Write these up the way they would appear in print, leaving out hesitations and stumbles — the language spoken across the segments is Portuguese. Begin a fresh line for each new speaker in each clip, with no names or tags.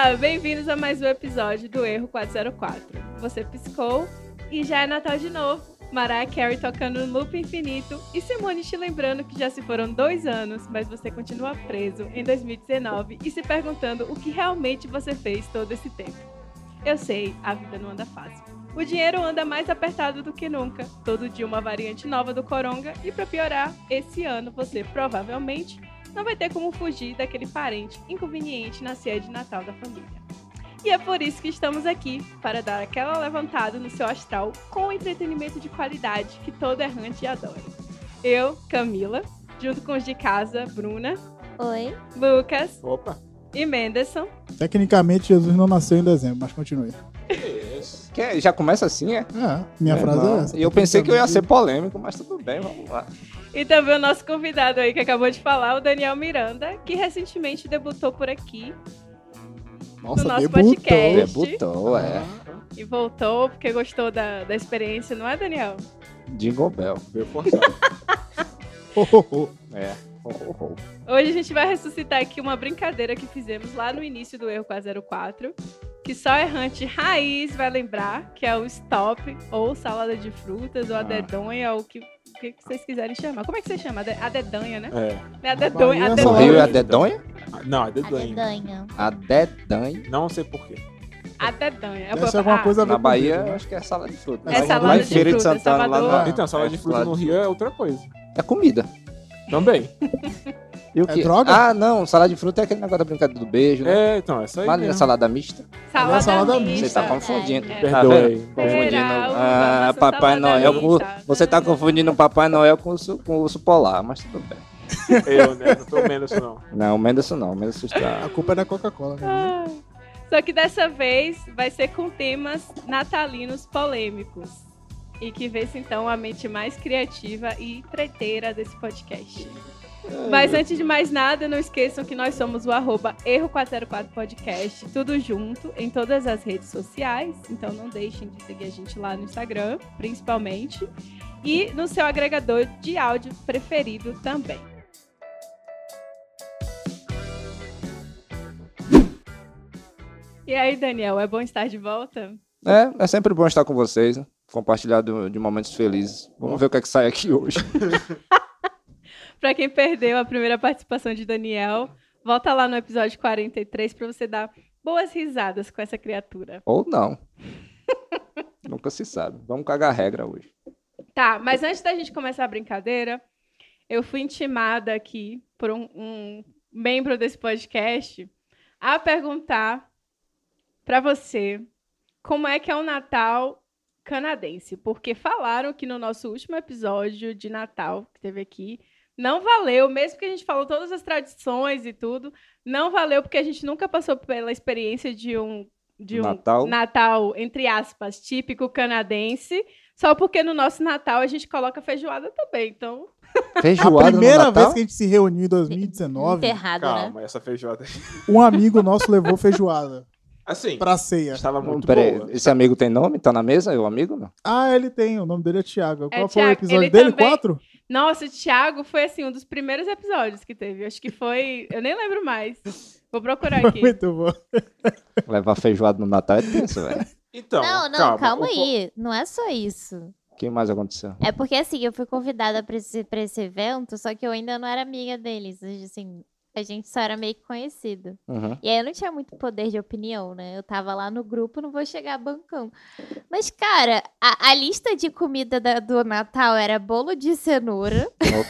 Olá, bem-vindos a mais um episódio do Erro 404. Você piscou e já é Natal de novo. Mariah Carey tocando no loop infinito e Simone te lembrando que já se foram 2 anos, mas você continua preso em 2019 e se perguntando o que realmente você fez todo esse tempo. Eu sei, a vida não anda fácil. O dinheiro anda mais apertado do que nunca. Todo dia uma variante nova do coronga e pra piorar, esse ano você provavelmente não vai ter como fugir daquele parente inconveniente na ceia de Natal da família. E é por isso que estamos aqui, para dar aquela levantada no seu astral com entretenimento de qualidade que todo errante adora. Eu, Camila, junto com os de casa, Bruna.
Oi.
Lucas.
Opa.
E Menderson.
Tecnicamente, Jesus não nasceu em dezembro, mas continue.
Já começa assim, é?
Minha frase é essa.
E eu pensei que eu ia ser polêmico, mas tudo bem, vamos lá.
E também o nosso convidado aí que acabou de falar, o Daniel Miranda, que recentemente debutou por aqui.
Nossa,
no nosso
debutou.
podcast.
Debutou, é.
E voltou porque gostou da experiência, não é, Daniel?
Jingle Bell.
Veio forçado.
É.
Hoje a gente vai ressuscitar aqui uma brincadeira que fizemos lá no início do Erro 404, que só errante raiz vai lembrar, que é o stop, ou salada de frutas, ou a dedonha, ou o que vocês quiserem chamar. Como é que você chama? A dedanha, né?
É.
É a dedonha.
Bahia,
A
O
dedonha.
Rio é a dedonha?
Não, é
A
dedanha.
dedanha.
A dedanha.
Não sei porquê.
A dedanha.
Deve ser alguma coisa a ver
Na
com
Bahia,
vidro, né?
acho que é salada de fruta.
É
Lá
salada
em
de
Feira
fruta,
de Santana,
Salvador.
lá na...
Então, salada de fruta no Rio é outra coisa.
É comida.
Também.
E o
É
quê?
droga?
Ah, não. Salada de fruta é aquele negócio da brincadeira do beijo, né?
É, então, essa aí
Mas não é
mesmo.
salada mista?
Salada
mista.
Você tá
mista.
confundindo.
É.
Tá
Perdoe.
vendo? Confundindo.
Geral,
Ah,
nossa
Papai
salada
Noel com...
mista.
Você tá confundindo o Papai Noel com o urso polar, mas tudo bem.
Eu, né? Não tô menos isso, não.
Não, o Menderson não. O Menderson
A
está...
culpa é da Coca-Cola, né?
Ah, Só que dessa vez vai ser com temas natalinos polêmicos. E que vê-se então a mente mais criativa e treteira desse podcast. Mas antes de mais nada, não esqueçam que nós somos o @erro404podcast, tudo junto, em todas as redes sociais. Então não deixem de seguir a gente lá no Instagram, principalmente. E no seu agregador de áudio preferido também. E aí, Daniel, é bom estar de volta?
É sempre bom estar com vocês, né? Compartilhar de momentos felizes. Vamos ver o que é que sai aqui hoje.
Pra quem perdeu a primeira participação de Daniel, volta lá no episódio 43 pra você dar boas risadas com essa criatura.
Ou não. Nunca se sabe. Vamos cagar a regra hoje.
Tá, mas antes da gente começar a brincadeira, eu fui intimada aqui por um membro desse podcast a perguntar pra você como é que é o Natal canadense. Porque falaram que no nosso último episódio de Natal, que teve aqui, não valeu, mesmo que a gente falou todas as tradições e tudo, não valeu porque a gente nunca passou pela experiência de um Natal, entre aspas, típico canadense, só porque no nosso Natal a gente coloca feijoada também, então...
Feijoada
A primeira
no Natal?
vez que a gente se reuniu em 2019,
Enterrado, né?
Calma, essa feijoada.
um amigo nosso levou feijoada
Assim,
pra ceia.
estava muito
Peraí,
boa.
esse amigo tem nome? Tá na mesa? É o amigo, não?
Ah, ele tem, o nome dele é Thiago. Qual foi o
Thiago,
episódio
ele
dele?
também-
4?
Nossa, o Thiago foi, assim, um dos primeiros episódios que teve. Acho que foi... Eu nem lembro mais. Vou procurar aqui.
Muito bom.
Levar feijoada no Natal é tenso, velho.
Então,
Não, calma aí. Não é só isso.
O que mais aconteceu?
É porque, assim, eu fui convidada pra esse evento, só que eu ainda não era amiga deles. Assim, a gente só era meio que conhecido.
Uhum.
E aí eu não tinha muito poder de opinião, né? Eu tava lá no grupo, não vou chegar bancando. Mas, cara, a lista de comida do Natal era bolo de cenoura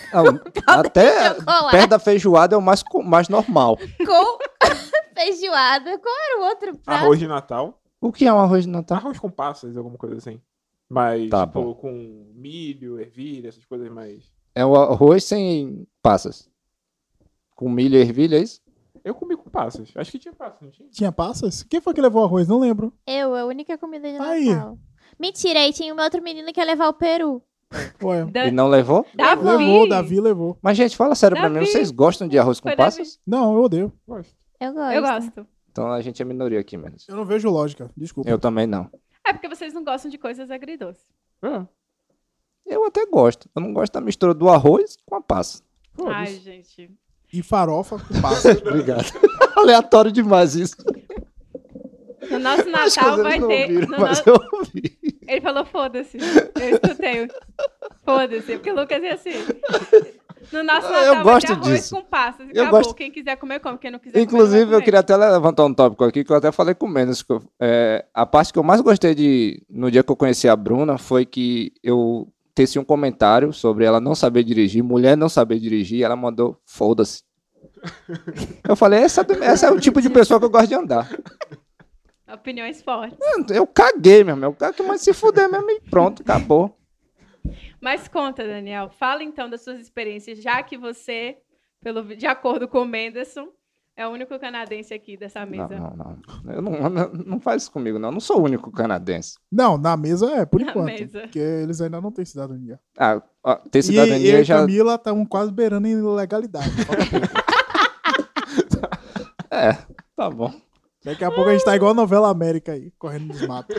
Até
chocolate.
perto da feijoada é o mais normal.
com feijoada. Qual era o outro prato?
arroz de Natal.
O que é um arroz de Natal?
Arroz com passas, alguma coisa assim. Mas,
Tá
tipo,
bom.
com milho, ervilha, essas coisas mais...
É o arroz sem passas. Com milho e ervilha, é isso?
Eu comi com passas. Acho que tinha passas, não tinha?
Tinha passas? Quem foi que levou arroz? Não lembro.
A única comida de
Aí.
Natal. Mentira, aí tinha um outro menino que ia levar o peru.
Ué.
Da-
E não levou?
Davi.
Levou, Davi levou.
Mas, gente, fala sério pra mim.
Davi.
Vocês gostam de arroz com
Foi
passas?
Não, eu odeio.
Gosto.
Eu gosto.
Eu gosto.
Então a gente é minoria aqui menos.
Eu não vejo lógica. Desculpa.
Eu também não.
É porque vocês não gostam de coisas agridoces.
É.
Eu até gosto. Eu não gosto da mistura do arroz com a passa.
Ai,
Foda-se.
gente.
E farofa com passas.
Obrigado. Aleatório demais isso.
No nosso
Acho que
Natal
vocês
vai
não
ter.
ouviram,
no
mas
nosso-
eu ouvi.
Ele falou, foda-se. Eu escutei. Foda-se. Porque o Lucas é assim. No nosso Natal
Eu
vai
gosto
ter arroz
disso.
com passas.
Eu
Acabou.
gosto-
Quem quiser comer, come. Quem não quiser
Inclusive,
comer, não vai
eu queria até levantar um tópico aqui que eu até falei com o Menos. A parte que eu mais gostei no dia que eu conheci a Bruna foi que eu teci um comentário sobre ela não saber dirigir, mulher não saber dirigir, e ela mandou foda-se. Eu falei, essa é o tipo de pessoa que eu gosto de andar.
Opiniões fortes.
Eu caguei, meu irmão. Eu quero que mais se fuder mesmo e pronto, acabou.
Mas conta, Daniel. Fala então das suas experiências, já que você, de acordo com o Menderson, é o único canadense aqui dessa mesa.
Não faz isso comigo, não. Eu não sou o único canadense.
Não, na mesa é, por
Na
enquanto.
mesa.
Porque eles ainda não têm cidadania.
Ó, ter
E
cidadania
eu e
já.
Camila estão quase beirando em ilegalidade.
É, tá bom.
Daqui a pouco a gente tá igual a novela América aí, correndo nos matos.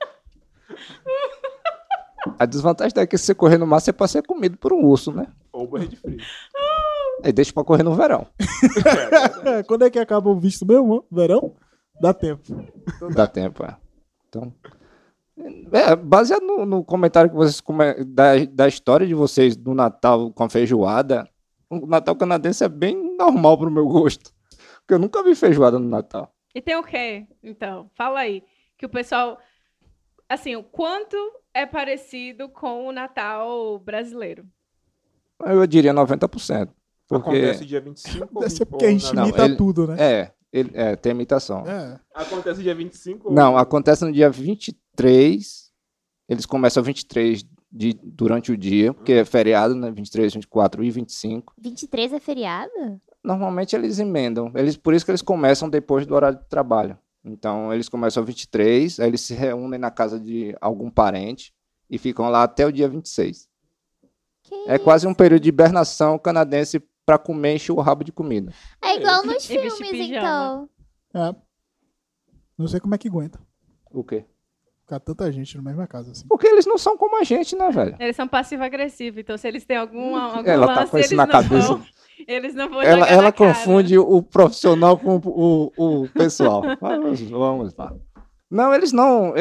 A desvantagem é que se você correr no mar, você pode ser comido por um urso, né?
Ou morrer de frio.
Aí deixa pra correr no verão.
É, quando é que acaba o visto mesmo? Verão? Dá tempo.
Dá tempo, é. Então. Baseado no comentário que vocês da história de vocês do Natal com a feijoada, o Natal canadense é bem normal pro meu gosto. Porque eu nunca vi feijoada no Natal.
E tem o quê, então? Fala aí. Que o pessoal... Assim, o quanto é parecido com o Natal brasileiro?
Eu diria 90%. Porque...
Acontece dia 25 ou
Deve ser
20
porque a gente
ou
Não,
imita
ele-
tudo, né?
Tem imitação.
É.
Acontece dia 25 ou...
Não, acontece no dia 23. Eles começam 23 durante o dia, porque é feriado, né? 23, 24 e 25.
23 é feriado?
Normalmente eles emendam. Por isso que eles começam depois do horário de trabalho. Então, eles começam 23, aí eles se reúnem na casa de algum parente e ficam lá até o dia 26.
Que
É quase um período de hibernação canadense para comer e encher o rabo de comida.
É igual nos
E vestir
filmes,
pijama.
então.
É. Não sei como é que aguenta.
O quê?
Ficar tanta gente na mesma casa assim.
Porque eles não são como a gente, né, velho?
Eles são passivo-agressivos, então se eles têm algum
Ela tá
lance,
com isso
eles
na
não
cabeça.
vão... Eles não vão jogar
Ela
na cara.
confunde o profissional com o pessoal. Vamos lá. Não, eles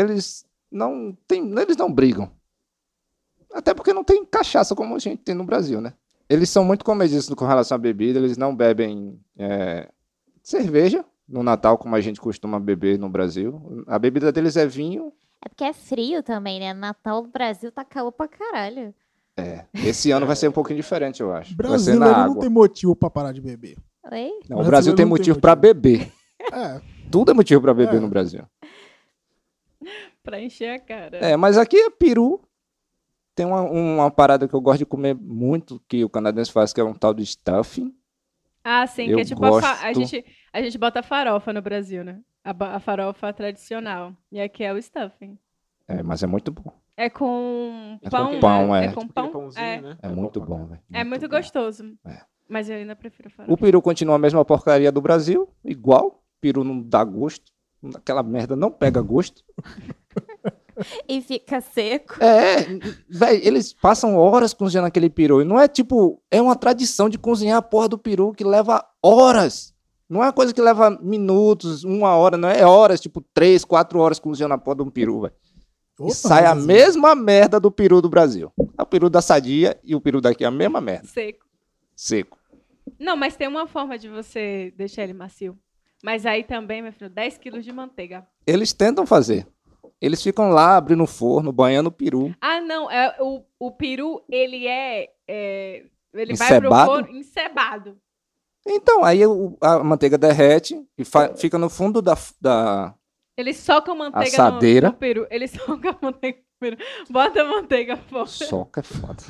não brigam. Até porque não tem cachaça como a gente tem no Brasil, né? Eles são muito comedidos com relação à bebida, eles não bebem cerveja no Natal, como a gente costuma beber no Brasil. A bebida deles é vinho.
É porque é frio também, né? Natal do Brasil tá calor pra caralho.
Esse ano vai ser um pouquinho diferente, eu acho. Vai ser
Brasileiro
na
não
água.
tem motivo pra parar de beber.
Oi?
Não, o Brasil tem
não tem
motivo para
motivo.
beber.
É.
Tudo é motivo para beber
É.
no Brasil.
Pra encher a cara.
Mas aqui é peru. Tem uma parada que eu gosto de comer muito, que o canadense faz, que é um tal de stuffing.
Ah, sim,
Eu
que é tipo
gosto.
a gente bota farofa no Brasil, né? A farofa tradicional. E aqui é o stuffing.
Mas é muito bom.
É com
É
pão,
com pão,
né?
é.
com
Aquele
pão.
pãozinho,
É.
né?
É muito bom, velho.
É muito
bom.
gostoso.
É.
Mas eu ainda prefiro farofa.
O peru continua a mesma porcaria do Brasil, igual. Peru não dá gosto. Aquela merda não pega gosto.
E fica seco.
Velho, eles passam horas cozinhando aquele peru. E não é tipo, é uma tradição de cozinhar a porra do peru que leva horas. Não é uma coisa que leva minutos, 1 hora, não é horas, tipo 3, 4 horas cozinhando a porra de um peru, velho. E
Opa,
sai a
mas-
mesma merda do peru do Brasil. O peru da Sadia e o peru daqui é a mesma merda.
Seco.
Seco.
Não, mas tem uma forma de você deixar ele macio. Mas aí também, meu filho, 10 quilos de manteiga.
Eles tentam fazer. Eles ficam lá abrindo o forno, banhando o peru.
Ah, não. O peru, ele ele vai
Encebado?
pro forno encebado.
Então, aí a manteiga derrete e fica no fundo da...
Ele soca a manteiga
Assadeira.
no peru. Ele soca a manteiga no peru. Bota a manteiga fora.
Soca é foda.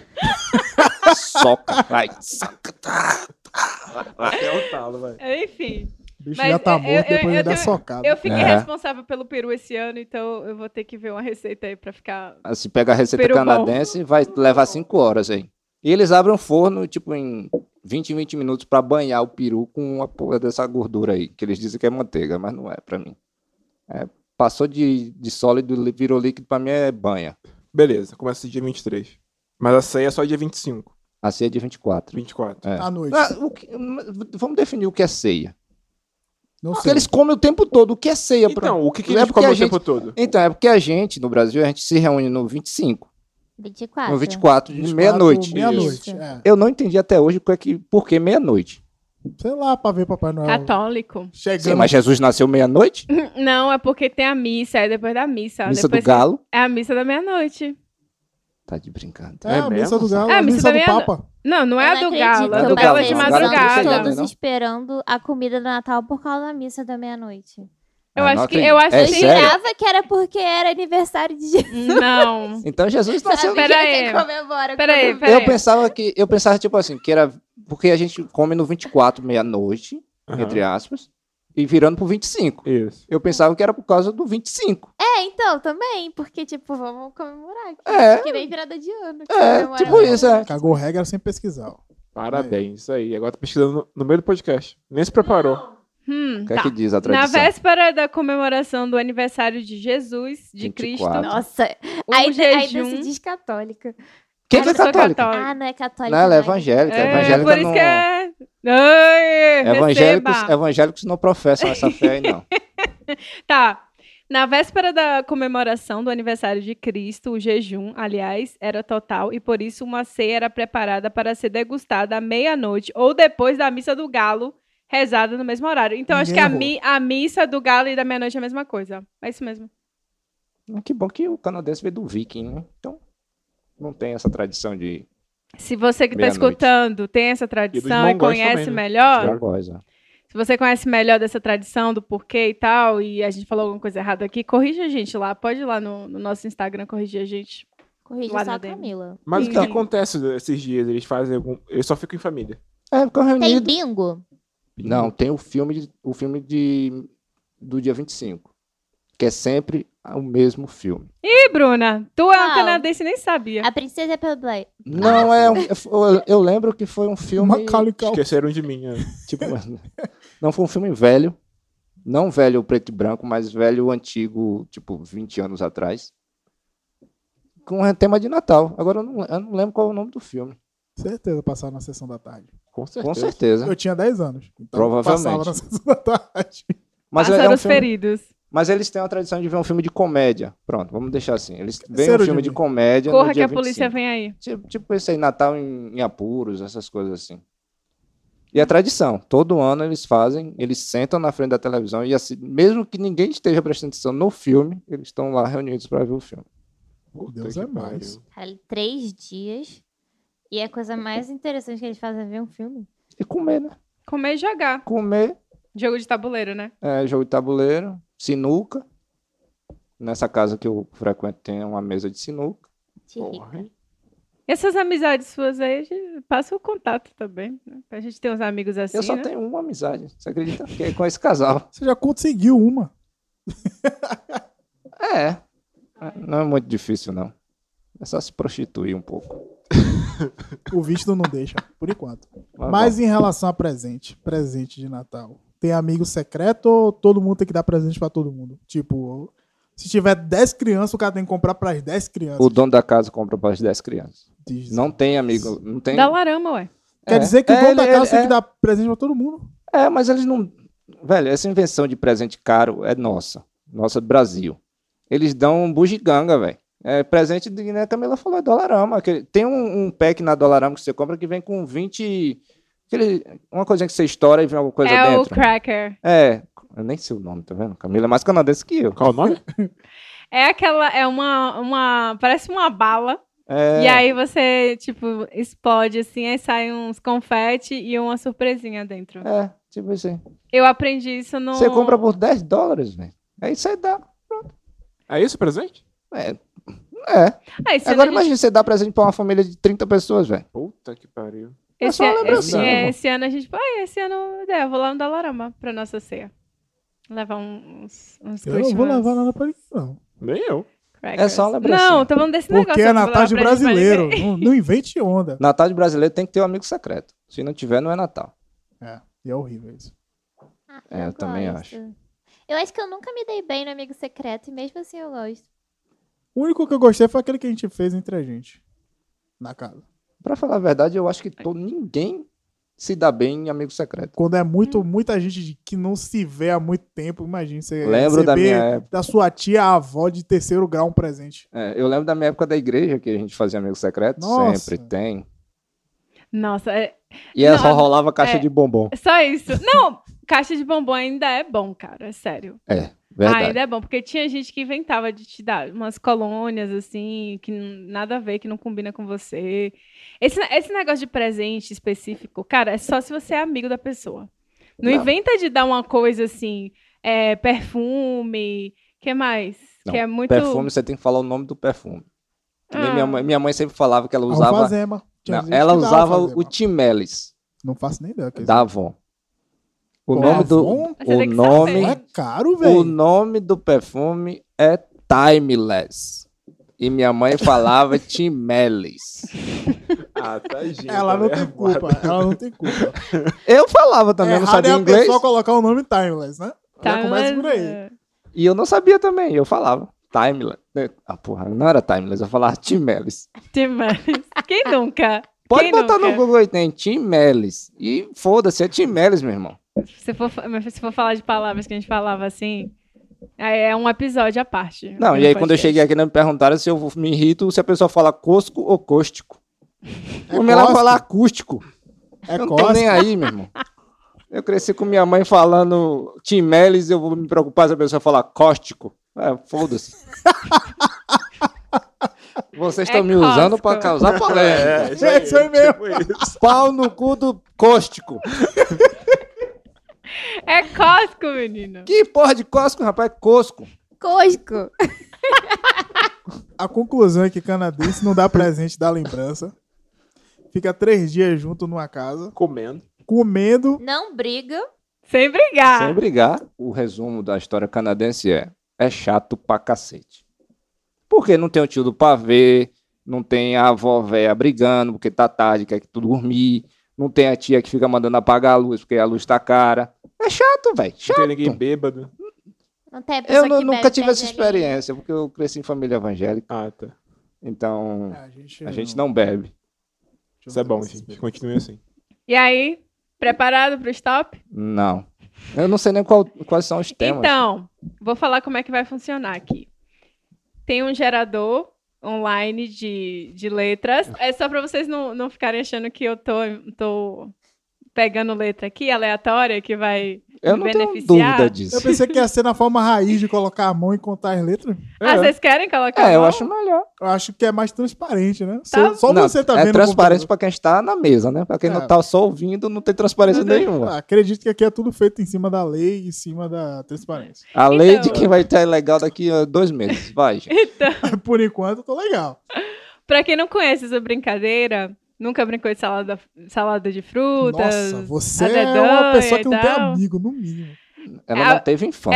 Soca, vai. Soca.
Até o talo, vai.
Enfim.
O bicho
Mas
já tá morto depois
eu
de dar
tenho-
socada.
Eu fiquei
É.
responsável pelo peru esse ano, então eu vou ter que ver uma receita aí pra ficar...
Se pega a receita
Peru bom.
canadense, vai levar 5 horas aí. E eles abrem o forno, tipo, em 20 minutos pra banhar o peru com a porra dessa gordura aí, que eles dizem que é manteiga, mas não é pra mim. Passou de sólido, virou líquido, pra mim é banha.
Beleza, começa dia 23. Mas a ceia é só dia 25,
A ceia é de 24.
24.
É.
À noite.
Vamos definir o que é ceia.
Não
Porque
sei.
eles comem o tempo todo. O que é ceia?
Então, o que
Não é
eles
porque
comem
a
o
gente-
tempo todo?
Então, é porque a gente, no Brasil, a gente se reúne no 25,
24.
no 24, de
24,
meia-noite.
Meia-noite.
Isso.
É.
Eu não entendi até hoje por que meia-noite.
Sei lá, pra ver Papai Noel
Católico.
chegando.
Sim, mas Jesus nasceu meia-noite?
Não, é porque tem a missa, é depois da missa.
Missa do
Depois
Galo?
É a missa da meia-noite.
Tá de brincando.
É, a missa
mesmo?
do Galo,
É,
a missa
da
do
meia-
Papa.
Não é
Eu
a
não
do
acredito
Galo.
que
A
o
do Galo é de
Brasil
madrugada.
estamos todos
não?
esperando a comida do Natal por causa da missa da meia-noite.
Eu
Ah,
acho
não
que eu acho
acredito. É
que
sério?
Jurava que era porque era aniversário de Jesus.
Não.
Então Jesus nasceu...
Pera aí.
Você comemora
Peraí,
quando-
peraí.
Eu pensava, tipo assim, que era porque a gente come no 24, meia-noite,
Aham.
entre aspas, e virando pro 25.
Isso.
Eu pensava que era por causa do 25.
É, então, também, porque, tipo, vamos comemorar. aqui.
É.
Que nem virada de ano. que
É,
comemora
tipo
no-
isso, é.
Cagou regra sem pesquisar. Ó.
Parabéns, isso aí. Agora tá pesquisando no meio do podcast. Nem se preparou.
O que é
Tá.
que diz a
Na
tradição?
véspera da comemoração do aniversário de Jesus, de
24.
Cristo,
Nossa,
o
ainda
jejum...
se diz católica.
Quem
Ah,
que é
eu sou
católico?
católica.
Ah, não é católica.
Não, ela é
não.
evangélica.
É,
evangélica
por isso
não...
que é... Ai,
Evangélicos,
receba.
evangélicos não professam essa fé aí, não.
Tá. Na véspera da comemoração do aniversário de Cristo, o jejum, aliás, era total e por isso uma ceia era preparada para ser degustada à meia-noite ou depois da missa do galo, rezada no mesmo horário. Então, acho que
Ninguém
a missa do galo e da meia-noite é a mesma coisa. É isso mesmo.
Que bom que o canadense veio do viking, né? Então, não tem essa tradição de
Se você que está
Meia-noite.
escutando tem essa tradição e
mongóis
conhece
também, né?
melhor,
Claro.
voz, ó.
se você conhece melhor dessa tradição, do porquê e tal, e a gente falou alguma coisa errada aqui, corrija a gente lá. Pode ir lá no nosso Instagram corrigir a gente.
Corrija
Lá
só
na
a
DM.
Camila.
Mas o que
Então.
acontece esses dias? Eles fazem algum... Eles só ficam em família.
É, ficam
Tem
reunidos.
bingo?
Não, tem o filme do dia 25, que é sempre o mesmo filme.
Ih, Bruna, tu é uma
Qual?
canadense e nem sabia.
A Princesa Playboy.
Não, eu lembro que foi um filme...
Macaulay Culkin.
Esqueceram de mim. né?
Tipo, não foi um filme velho. Não velho preto e branco, mas velho antigo, tipo, 20 anos atrás. Com um tema de Natal. Agora eu não lembro qual é o nome do filme.
Certeza passava na sessão da tarde.
Com certeza.
Com certeza.
Eu tinha 10 anos. Então
Provavelmente.
passava na sessão da tarde.
Mas
Passaram
um
os
filme,
feridos.
mas eles têm uma tradição de ver um filme de comédia. Pronto, vamos deixar assim. Eles veem um
Esqueceram
filme
de
de
mim.
comédia
Corra
no
que
dia
a polícia
25.
vem aí.
Tipo esse aí, Natal em apuros, essas coisas assim. E a tradição, todo ano eles fazem, eles sentam na frente da televisão e assim, mesmo que ninguém esteja prestando atenção no filme, eles estão lá reunidos para ver o filme.
Puta
Deus
que
é
pariu.
mais.
Cara, 3 dias. E a coisa mais interessante que eles fazem é ver um filme.
E comer, né?
Comer e jogar.
Comer,
Jogo de tabuleiro, né?
jogo de tabuleiro, sinuca. Nessa casa que eu frequento tem uma mesa de sinuca.
De
Porra,
rica.
hein?
Essas amizades suas aí, a gente passa o contato também, né? Pra gente ter uns amigos assim,
Eu só
né?
tenho uma amizade, você acredita? Que é com esse casal.
Você já conseguiu uma.
Não é muito difícil, não. É só se prostituir um pouco.
O visto não deixa, por enquanto.
Mas
Mas em relação a presente de Natal, tem amigo secreto ou todo mundo tem que dar presente pra todo mundo? Tipo, se tiver 10 crianças, o cara tem que comprar pras 10 crianças.
o dono da casa compra para as 10 crianças.
Diz.
Não tem amigo, não tem...
Da Larama, ué.
Quer dizer que o dono da
ele-
casa tem
é-
que dar presente pra todo mundo?
Mas eles não... Velho, essa invenção de presente caro é nossa. Nossa do Brasil. Eles dão bugiganga, velho. É presente, né, a Camila falou, é Dollarama. Tem um pack na Dollarama que você compra que vem com 20... uma coisinha que você estoura e vem alguma coisa
É o
dentro.
cracker.
Eu nem sei o nome, tá vendo? Camila é mais canadense que eu.
Qual o nome?
É aquela, é uma, parece uma bala.
É,
E aí você, tipo, explode assim, aí sai uns confete e uma surpresinha dentro.
tipo assim.
Eu aprendi isso no...
Você compra por $10, velho. Aí você dá.
É isso o presente?
É.
Ah, esse
Agora
ano a gente-
imagina você dar presente pra uma família de 30 pessoas, velho.
Puta que pariu.
É só uma lembrancinha, amor.
esse ano a gente... esse ano eu vou lá no Dollarama pra nossa ceia. Levar uns
Eu não vou
Christmas
levar nada pra ninguém, não.
Nem eu.
crackers.
É só uma lembrancinha.
Não, tô falando desse negócio.
Porque é
eu não vou
Natal
levar
de
presente pra
brasileiro.
ninguém.
Não invente onda.
Natal de brasileiro tem que ter um amigo secreto. Se não tiver, não é Natal.
É, e é horrível isso.
Ah,
Eu também
gosto.
acho.
Eu acho que eu nunca me dei bem no amigo secreto e mesmo assim eu gosto.
O único que eu gostei foi aquele que a gente fez entre a gente. Na casa.
Pra falar a verdade, eu acho que ninguém se dá bem em amigo secreto.
Quando é muita gente que não se vê há muito tempo, imagina você
Lembro da minha
receber
época.
da sua tia, a avó de 3º grau um presente.
Eu lembro da minha época da igreja, que a gente fazia amigo secreto.
Nossa.
Sempre tem.
Nossa,
E ela
Não,
só rolava caixa
é.
de bombom.
só isso. Não, caixa de bombom ainda é bom, cara, é sério.
Verdade.
Ainda é bom, porque tinha gente que inventava de te dar umas colônias, assim, que nada a ver, que não combina com você. Esse negócio de presente específico, cara, é só se você é amigo da pessoa. Não inventa de dar uma coisa assim, perfume, que mais?
Não,
Que é muito...
Perfume, você tem que falar o nome do perfume. Que nem
Ah.
minha mãe sempre falava que ela usava...
Alfazema. Tinha
Não,
gente
ela
que dá
usava
alfazema.
o Timeles
Não faço nem ideia.
da Avon. O
Pô,
nome do...
Avon?
Você
O
tem que
nome...
saber.
É caro,
O
velho.
nome do perfume é Timeless. E minha mãe falava Timeles.
Ah, tá, gente.
Ela não tem culpa. Ela não tem culpa.
Eu falava também, eu não
Errado
sabia
é a
inglês.
pessoa colocar o nome Timeless, né? Já
Tá,
começa por aí.
mas,
E eu não sabia também, eu falava. Timeless. Ah, porra, não era Timeless, eu falava Timeles.
demais. Quem nunca?
Pode
Quem
botar
nunca?
no Google aí, tem Timeles. E foda-se, é Timeles, meu irmão.
Se for falar de palavras que a gente falava assim, aí é um episódio à parte.
Não,
aqui
e
no
aí quando eu
podcast.
cheguei aqui, não me perguntaram se eu me irrito, se a pessoa fala cosco ou cóstico.
É
Como ela
cóstico.
falar acústico.
É
Eu não tô
cóstico.
nem aí, meu irmão. Eu cresci com minha mãe falando Timeles, eu vou me preocupar se a pessoa falar cóstico. Foda-se. Vocês estão me usando
cóstico.
pra causar polêmica.
É isso aí mesmo.
Tipo isso.
Pau no cu do cóstico.
É Costco, menino.
Que porra de cóstico, rapaz? É cosco.
Cosco.
A conclusão é que canadense não dá presente, dá lembrança. Fica 3 dias junto numa casa,
Comendo.
comendo.
Não briga.
Sem brigar.
Sem brigar, o resumo da história canadense é chato pra cacete. Porque não tem o tio do pavê, não tem a avó véia brigando porque tá tarde, quer que tu dormir, não tem a tia que fica mandando apagar a luz porque a luz tá cara. É chato, velho.
Não
Chato.
tem ninguém bêbado.
Não tem a pessoa
Eu
que
nunca
bebe,
tive
perde
essa
a linha.
experiência, porque eu cresci em família evangélica,
Ah, tá.
então
A
a gente não bebe.
Isso é bom, gente. Continue assim.
E aí, preparado pro stop?
Não. Eu não sei nem quais são os temas.
Então, vou falar como é que vai funcionar aqui. Tem um gerador online de letras. É só para vocês não ficarem achando que eu tô pegando letra aqui, aleatória, que vai
Eu
me
não tenho
beneficiar.
dúvida disso.
Eu pensei que ia ser na forma raiz de colocar a mão e contar as letras.
Ah, vocês querem colocar? a
Eu
mão?
acho melhor.
Eu acho que é mais transparente, né?
Tá.
Só
Não,
você tá
é
vendo.
transparência
o
pra quem está na mesa, né? Pra quem não
É.
tá só ouvindo, não tem transparência nenhuma.
computador. Acredito que aqui é tudo feito em cima da lei e em cima da transparência.
A lei de
Então-
quem vai estar legal daqui a 2 meses. Vai, gente.
Então,
Por enquanto, eu tô legal.
pra quem não conhece essa brincadeira, nunca brincou de salada de frutas.
Nossa, você
a
é uma
dedanha
pessoa que
e
não tem
tal.
amigo, no mínimo.
Ela não teve infância.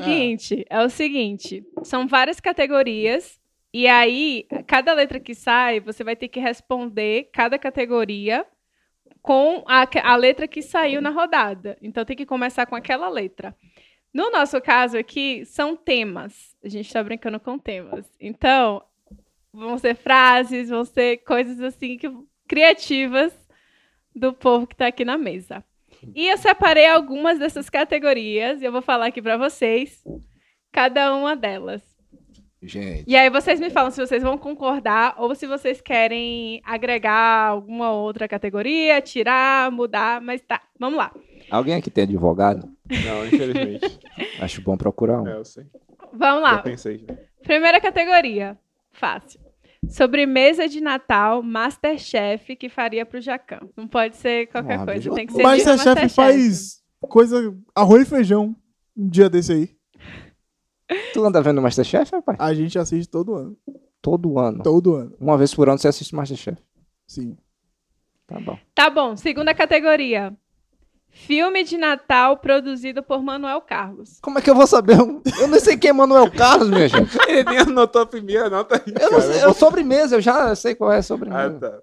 É o seguinte, são várias categorias e aí cada letra que sai, você vai ter que responder cada categoria com a letra que saiu na rodada. Então tem que começar com aquela letra. No nosso caso aqui, são temas. A gente tá brincando com temas. Então, vão ser frases, vão ser coisas assim criativas do povo que tá aqui na mesa. E eu separei algumas dessas categorias e eu vou falar aqui pra vocês cada uma delas.
Gente,
E aí vocês me falam se vocês vão concordar ou se vocês querem agregar alguma outra categoria, tirar, mudar, mas tá, vamos lá.
alguém aqui tem advogado?
Não, infelizmente.
Acho bom procurar um.
É, eu sei.
Vamos
Já
lá.
pensei. Já.
Primeira categoria, fácil. Sobremesa de Natal, Masterchef que faria pro Jacan. Não pode ser qualquer
Ah,
coisa,
bicho.
tem que ser
Mas
nível
a chefe faz coisa, arroz e feijão, um dia desse aí.
Tu anda vendo Masterchef, rapaz?
A gente assiste todo ano.
Todo ano.
Todo ano,
Uma vez por ano você assiste Masterchef.
sim.
Tá bom.
Tá bom, segunda categoria. Filme de Natal produzido por Manuel Carlos.
Como é que eu vou saber? Eu não sei quem é Manuel Carlos, minha gente.
Ele nem anotou a primeira, não, tá aí.
Eu não sei. Eu sobremesa, eu já sei qual é a
Ah,
sobremesa.
tá.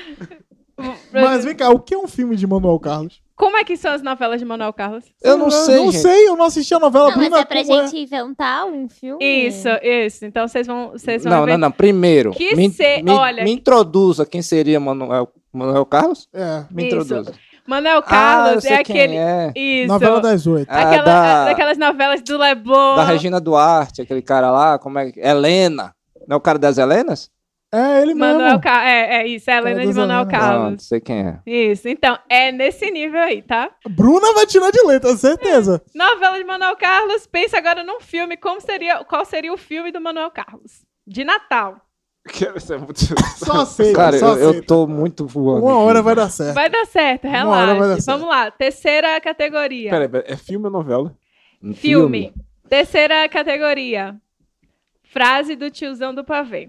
Mas vem cá, o que é um filme de Manuel Carlos?
Como é que são as novelas de Manuel Carlos?
Eu não sei,
Não
gente.
sei, eu não assisti a novela.
Não, mas
Bruna,
é pra
como
gente inventar um filme.
Isso. Então vocês vão
Não, não, não. Primeiro,
Que
me
ser-
me
olha-
introduza quem seria Manuel Carlos.
É.
Me
Isso.
introduza.
Manuel
eu
Carlos
sei
é
quem
aquele.
é.
Isso.
Novela das 8.
Daquelas novelas do Leblon.
Da Regina Duarte, aquele cara lá, como é que... Helena. Não é o cara das Helenas?
É ele
Manuel
mesmo.
Carlos. É isso, é a Helena de
das
Manuel
Helenas.
Carlos.
Pronto, sei quem é.
Isso, então, é nesse nível aí, tá?
Bruna vai tirar de letra, certeza.
Novela de Manuel Carlos, pensa agora num filme, qual seria o filme do Manuel Carlos? De Natal.
Isso é muito...
Só aceita,
Cara,
só
eu
aceita.
tô muito voando.
Uma hora
aqui.
vai dar certo.
Vai dar certo,
Uma hora vai dar
relaxa.
certo.
Vamos lá, terceira categoria.
Peraí, é filme ou novela?
Um
Filme. Terceira categoria. Frase do tiozão do pavê.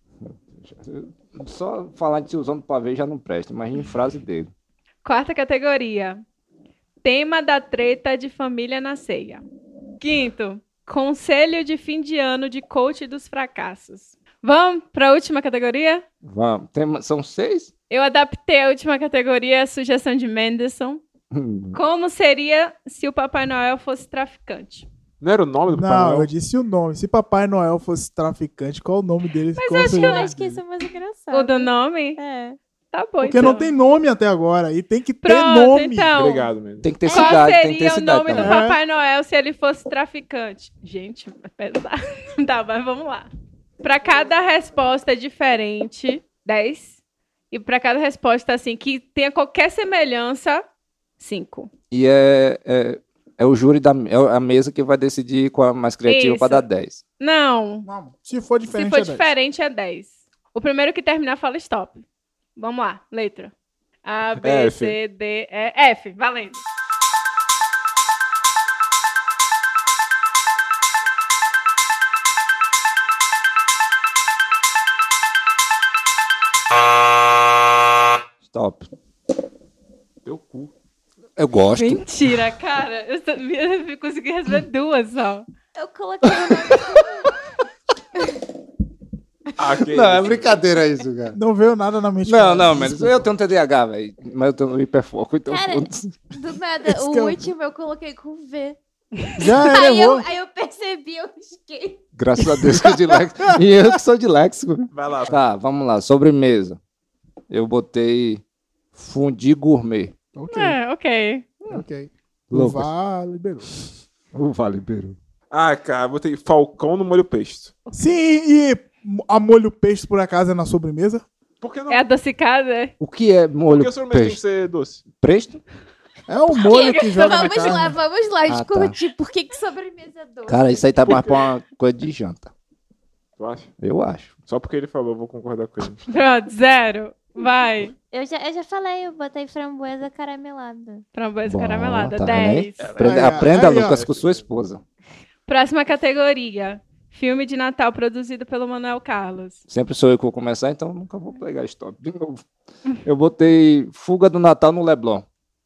Só falar de tiozão do pavê já não presta. Imagine frase dele.
Quarta categoria. Tema da treta de família na ceia. Quinto. Conselho de fim de ano de coach dos fracassos. Vamos para a última categoria?
Vamos. São 6?
Eu adaptei a última categoria, a sugestão de Menderson. Como seria se o Papai Noel fosse traficante?
Não era o nome do Papai
Não,
Noel?
eu disse o nome. Se Papai Noel fosse traficante, qual o nome dele? Qual
Eu
seria o nome
acho que
dele?
isso é mais engraçado.
O do nome?
É.
Tá bom,
Porque
então.
não tem nome até agora. E tem que ter
Pronto,
nome.
então.
Obrigado, mesmo.
Tem que ter
Qual
cidade, tem que ter
seria o
cidade
nome do
também.
Papai Noel se ele fosse traficante? Gente, é pesado. Tá, mas vamos lá. Para cada resposta diferente, 10. E para cada resposta, assim, que tenha qualquer semelhança, 5.
E é o júri é a mesa que vai decidir qual é a mais criativa
Isso.
para dar 10.
Não.
Não, se for diferente,
Se for
é 10.
diferente, é 10. O primeiro que terminar fala stop. Vamos lá, letra. A, B,
F.
C, D, E, F. Valendo.
Stop.
Teu cu.
Eu gosto.
Mentira, cara. Eu consegui receber 2 só.
Eu coloquei o nome.
Ah, que
Não, é
isso?
brincadeira isso, cara.
Não veio nada na mente.
Não,
cara.
não, mas eu tenho TDAH, velho. Mas eu tenho hiperfoco, então
Cara,
foda-se.
Do nada,
Esse
o
que é o-
último eu coloquei com V.
Já ele
Aí
errou.
eu percebi, eu risquei.
Graças a Deus que eu de léxico. E eu que sou de léxico.
Vai lá.
Tá, vamos lá. Sobremesa. Eu botei fundi gourmet.
Ok,
Ok.
ok. O
Lucas.
VAR liberou.
O Vale Peru.
Ah, cara, botei Falcão no molho pesto.
Sim, e a molho peixe por acaso é na sobremesa?
Por que não?
É adocicada, é?
O que é
Por
molho
que a sobremesa tem que
peixe?
ser doce?
Presto?
É o molho que joga na
Vamos lá,
carne.
vamos lá
Ah,
discutir. Por que sobremesa é doce?
Cara, isso aí tá mais pra uma coisa de janta.
Tu acha?
Eu acho.
Só porque ele falou, eu vou concordar com ele.
Pronto, 0. Vai.
Eu já falei, eu botei framboesa caramelada.
Framboesa
Bom,
caramelada,
tá vendo aí?
10.
Aprenda,
Aí, ó.
Lucas, com sua esposa.
Próxima categoria. Filme de Natal produzido pelo Manuel Carlos.
Sempre sou eu que vou começar, então nunca vou pegar stop de novo. Eu botei Fuga do Natal no Leblon.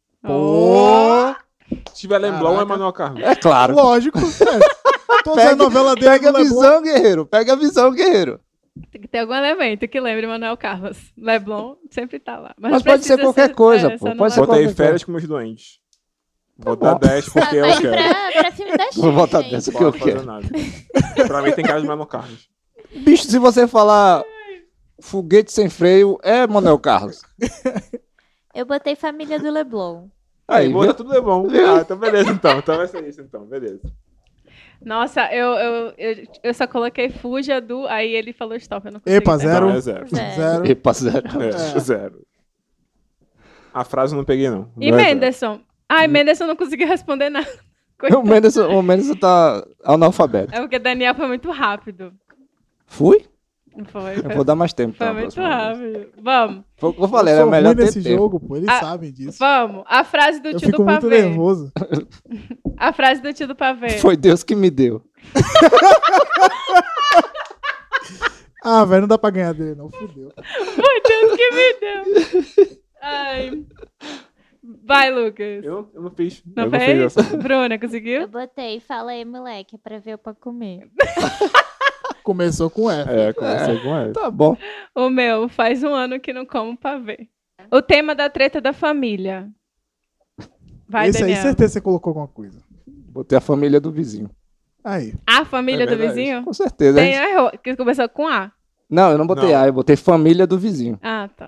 Pô,
Se tiver Lemblon, é
Caraca.
Manuel Carlos.
É claro.
lógico. Toda a novela dele
Pega a
no Leblon.
visão, guerreiro. Pega a visão, guerreiro.
Tem que ter algum elemento que lembre Manuel Carlos. Leblon sempre tá lá.
Mas
não
pode ser
precisa
qualquer coisa, pô.
só no
Pode ser
Leblon.
Botei
qualquer
Férias com meus doentes. Vou
bom.
dar 10 porque eu
Vai
quero.
pra filme da Xuxa.
Vou botar
hein?
dessa
Não
que eu
posso fazer
quero.
nada. Pra mim tem cara de Manuel Carlos.
Bicho, se você falar foguete sem freio, é Manuel Carlos.
Eu botei Família do Leblon.
Aí,
Aí,
botar
viu?
tudo é bom. Ah, então beleza então. Então vai ser isso então, beleza.
Nossa, eu só coloquei Fuja do. Aí ele falou stop, eu não consegui.
Epa,
pegar.
zero.
Não, é zero.
Zero.
Epa, zero.
É, zero. A frase eu não peguei, não.
E
Não é zero.
Menderson? Ai, Menderson não conseguiu responder nada.
O Menderson tá analfabeto.
É porque Daniel foi muito rápido.
Fui?
Foi,
Eu vou dar mais tempo.
foi
então,
muito
próxima vez.
rápido. Vamos,
Eu falei,
Eu
era
sou
melhor
ruim
ter
nesse
tempo.
jogo, pô. Eles
Ah,
sabem disso.
vamos. A frase do
Eu
tio do
fico muito
pavê.
nervoso.
A frase do tio do pavê.
Foi Deus que me deu.
Ah, velho, não dá pra ganhar dele, não. Fudeu.
Foi Deus que me deu. Ai. Vai, Lucas.
Eu não fiz.
Não
eu
fez?
não fiz essa.
Bruna, conseguiu?
Eu botei, fala aí, moleque, pra ver o pra comer.
Começou com F.
É, comecei com ela.
Tá bom.
O meu, faz um ano que não como pavê. O tema da treta da família. Vai,
Esse aí,
Daniel.
certeza você colocou alguma coisa.
Botei a família do vizinho.
Aí.
A família
É
do
verdade.
vizinho?
Com certeza.
Tem erro, que começou com A.
Não, eu não botei
Não.
A, eu botei família do vizinho.
Ah, tá.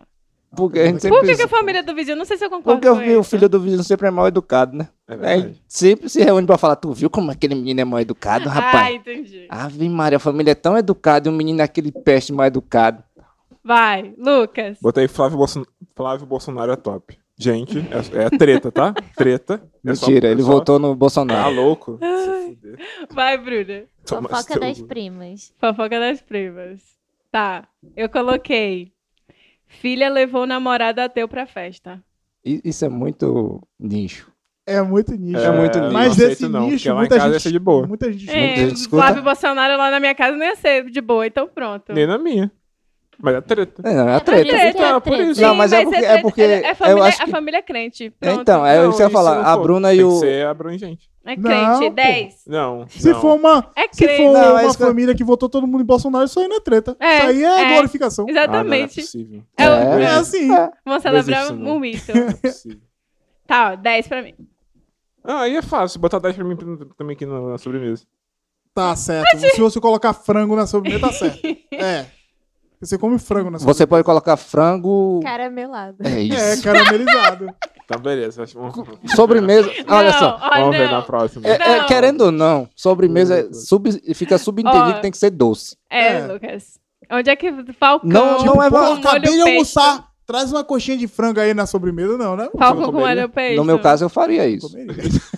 Porque a gente
Por
sempre...
que a família do vizinho? Não sei se eu concordo
Porque
com
o
isso.
filho do vizinho sempre é mal educado, né?
É
Aí
verdade.
sempre se reúne pra falar, tu viu como aquele menino é mal educado,
Ah,
rapaz?
entendi.
Ave Maria, a família é tão educada e o menino é aquele peste mal educado.
Vai, Lucas.
Botei Flávio Bolsonaro é top. Gente, é treta, tá? Treta.
Mentira, ele votou no
Tá
Bolsonaro.
louco? Se fuder.
Vai, Bruna.
Toma
Fofoca
seu-
das primas.
Fofoca das primas. Tá, eu coloquei. Filha levou o namorado ateu pra festa.
Isso é muito nicho.
É muito nicho.
É muito nicho.
Mas
não
esse
aceito não,
nicho,
porque lá em
muita
casa
gente,
ia ser de boa.
muita gente
É,
gente escuta.
Flávio Bolsonaro lá na minha casa não ia ser de boa, então pronto.
Nem na minha. Mas é treta.
Não, é a
É
treta.
por isso que é
Por
treta.
isso.
Não, mas é porque
é família,
eu acho
a
que...
família é crente. Pronto.
Então, é isso que eu ia
Não,
falar. A
pô,
Bruna e
tem
o...
que ser abrangente.
É
Não,
crente,
pô.
10.
Não.
Se
não.
for uma,
É
se
crente.
for
Não, é
uma
isso que eu-
família que votou todo mundo em Bolsonaro, isso aí não é treta.
É,
isso aí é
é.
glorificação.
Ah, não é
Exatamente.
possível.
É,
É assim.
É.
Vamos celebrar
existe, não.
um mito.
Não é possível.
Tá, ó, 10 pra mim.
Ah, aí é fácil. Botar 10 pra mim também aqui na sobremesa.
Tá certo. Se você colocar frango na sobremesa, tá certo. É. Você come frango na sobremesa.
Você pode colocar frango...
Caramelado.
É
É,
isso.
caramelizado.
Tá, beleza. Acho que
Sobremesa... Olha só.
vamos ver
não.
na próxima.
Não.
Querendo ou não, sobremesa fica subentendido
Ó.
que tem que ser doce.
É, Lucas. Onde é que Falcão
Não,
com
não é
Pô,
bom.
molho
acabei de
pesto?
almoçar. Traz uma coxinha de frango aí na sobremesa, não, né?
Falcão com
comeria?
molho pesto.
No meu caso, eu faria isso.
Comeria.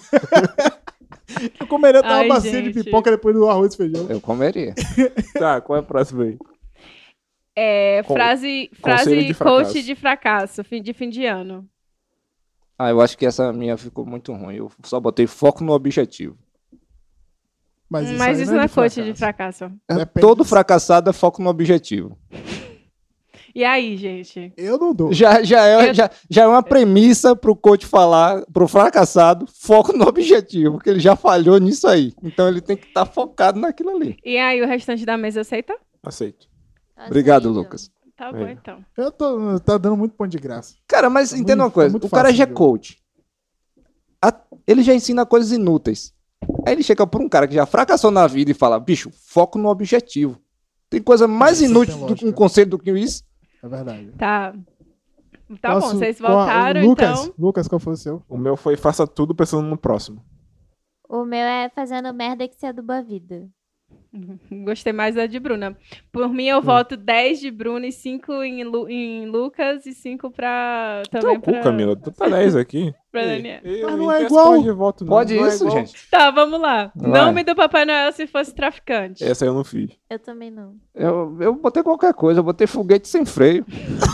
Eu comeria até uma
Ai,
bacia de
gente.
pipoca depois do arroz e feijão.
Eu comeria.
Tá, qual é a próxima aí?
É,
Con-
frase
conselho de
coach
fracasso.
de fracasso, fim de ano.
Ah, eu acho que essa minha ficou muito ruim. Eu só botei foco no objetivo.
Mas
Mas
aí
isso não é
de
coach de fracasso.
Depende
Todo
do-
fracassado é foco no objetivo.
E aí, gente?
Eu não dou.
Já é uma premissa pro coach falar, pro fracassado, foco no objetivo, porque ele já falhou nisso aí. Então ele tem que estar focado naquilo ali.
E aí, o restante da mesa aceita?
Aceito.
Obrigado,
Aceito.
Lucas.
Tá bom,
É.
então.
Tá dando muito ponto de graça.
Cara, mas
Tá
entenda
muito-
uma coisa,
tá muito
o cara
fácil
já é
o jogo.
coach. Ele já ensina coisas inúteis. Aí ele chega por um cara que já fracassou na vida e fala, bicho, foco no objetivo. Tem coisa mais
Isso
inútil
tem
do que um
lógica.
conselho do que isso.
É verdade.
Tá. Tá bom,
Posso-
vocês
qual-
voltaram,
Lucas,
então.
Lucas, qual foi o seu?
O meu foi faça tudo pensando no próximo.
O meu é fazendo merda que se aduba a vida.
Gostei mais da de Bruna. Por mim, eu voto 10 de Bruna e 5 em Lucas e 5 pra. Também
Teu cu,
pra,
Camila. Tu tá 10 aqui.
pra Daniel.
Mas não é igual.
Voto, não.
Pode
Não é
isso,
igual.
gente.
Tá, vamos lá.
Vai.
Nome do Papai Noel se fosse traficante.
Essa eu não fiz.
Eu também não.
Eu botei qualquer coisa, eu botei foguete sem freio.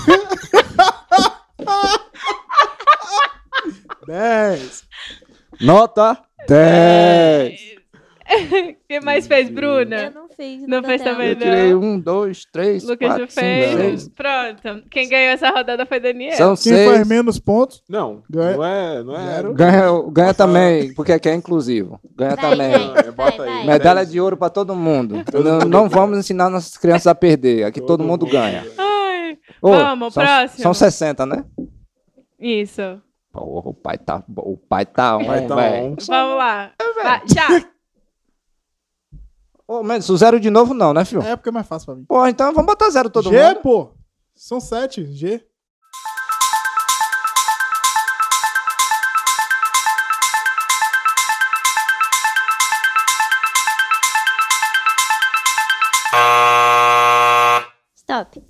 10.
Nota 10.
O que mais fez,
Eu
Bruna?
não fiz.
Não fez
deu
também,
Eu
não.
tirei 1, 2, 3,
Lucas
4,
já
5,
fez.
6.
Pronto. Quem ganhou essa rodada foi Daniel.
São
Quem faz
6.
menos pontos?
Não,
Ganha-
não é.
Zero.
Ganha também, porque aqui é inclusivo. Ganha
Vai,
também.
vai,
Bota
vai,
aí.
vai.
Medalha de ouro pra todo mundo. Não vamos ensinar nossas crianças a perder. Aqui todo mundo ganha.
Ai,
Ô,
vamos, próximo.
São 60, né?
isso.
Porra, o pai tá on,
Vai tá
velho.
on.
Vamos lá. Vai, já.
Ô, menos o zero de novo não, né, filho?
É porque é mais fácil pra mim.
Pô, então vamos botar zero todo
G,
mundo.
pô. São 7. G.
Stop.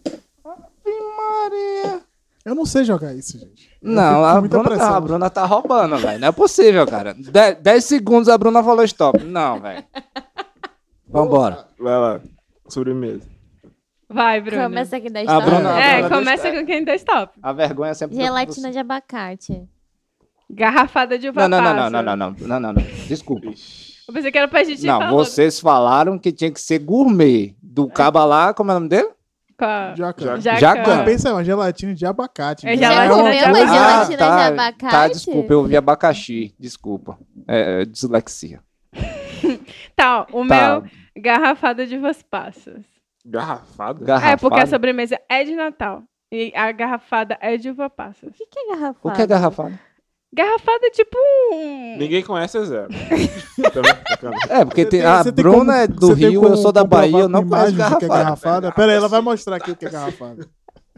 Maria.
Eu não sei jogar isso, gente. Eu
Não,
fico com
a
muita
Bruna,
pressão.
a Bruna tá roubando, velho. Não é possível, cara. 10 segundos a Bruna falou stop. Não, velho. Vambora.
Vai lá. Sobremesa.
Vai, Bruna.
Começa aqui da
A
história.
Bruna-
É,
Bruna,
começa
deixa-
com quem dá stop.
A vergonha sempre...
Gelatina de abacate.
Garrafada de uva
Não.
passa.
Desculpa.
Eu pensei que era pra gente
Não,
falar.
vocês falaram que tinha que ser gourmet. Do caba lá, como é o nome dele?
Com a-
Jacan.
Jacan.
Pensa, é uma gelatina de abacate.
É
né?
gelatina
Já comeu
de
uma
abacate.
gelatina
tá,
de abacate?
Tá, desculpa, eu ouvi abacaxi. Desculpa. É dislexia.
Tá, ó, o
Tá.
meu, garrafada de uvas passas.
Garrafada?
Garrafada.
É, porque a sobremesa é de Natal. E a garrafada é de uva passas.
O que é garrafada?
O que é garrafada?
Garrafada é tipo um...
Ninguém conhece é zero. Tá vendo?
É, porque
Você tem-
a
você tem
Bruna
como-
é do
você tem
Rio,
como
eu sou da
comprovar
Bahia, eu
com
não conheço
imagens do que é
garrafada.
garrafada. Pera aí, ela vai mostrar aqui o que é garrafada.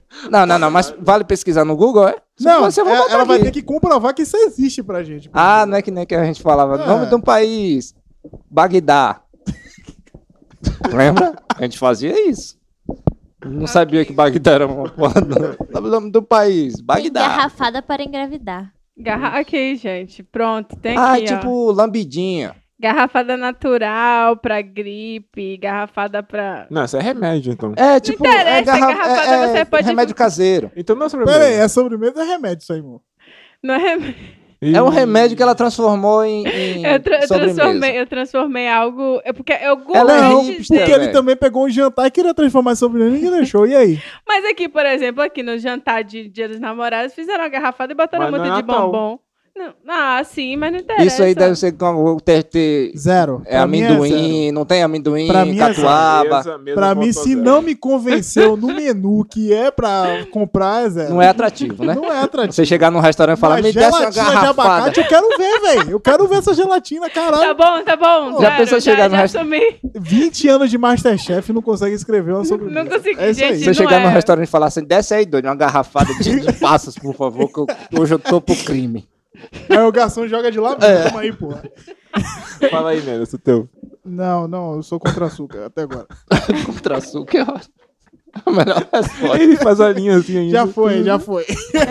Não, mas vale pesquisar no Google, é? Se
Não,
fosse, eu vou botar
ela vai
aqui.
ter que comprovar que isso existe pra gente.
Ah, não é que nem que a gente falava.
É.
Nome de um país. Bagdá. Lembra? A gente fazia isso. Não sabia que Bagdá era uma porra. Nome do país.
Tem
Bagdá.
garrafada para engravidar.
Aqui, gente. Pronto, tem
Ah,
aqui, ó.
tipo lambidinha.
Garrafada natural pra gripe, garrafada pra...
Não, isso é remédio, então.
É, tipo.
interessa, garrafada você pode-
remédio caseiro.
Então não é
Pera
sobremesa.
aí, é sobremesa ou é remédio isso aí, irmão?
Não é remédio.
É um remédio que ela transformou em sobremesa.
Eu transformei algo... É porque eu
Ela é
Não,
hipster,
porque ele
velho.
também pegou um jantar e queria transformar em sobremesa e ninguém deixou. E aí?
Mas aqui, por exemplo, aqui no jantar de Dia dos Namorados, fizeram uma garrafada e botaram
Mas não
muito
é
de
Natal.
bombom. Não, sim, mas não interessa.
Isso aí deve ser como ter
Zero.
é
Pra mim
amendoim, não tem amendoim,
Pra mim é
catuaba.
Pra mim, se não me convenceu no menu que é pra comprar, é zero.
Não é atrativo, né?
Não é atrativo.
Você chegar num restaurante e falar,
Mas
me desce uma
gelatina de
garrafada.
abacate, eu quero ver, velho. Eu quero ver essa gelatina, caralho.
Tá bom.
Já pensou chegar no
já
resta-
assumi.
20 anos de Masterchef e não consegue escrever uma sobremesa.
Não consegui,
É isso aí.
gente.
Você
não
chegar
é.
num restaurante e falar assim, desce aí, doido, uma garrafada de passas, por favor, que hoje eu tô pro crime.
Aí o garçom joga de lá mesmo. Toma aí, porra.
Fala aí, Menos, o teu.
Não, eu sou contra açúcar até agora.
Contra açúcar, é ótimo. A melhor resposta.
Ele faz a linha assim ainda.
Já foi.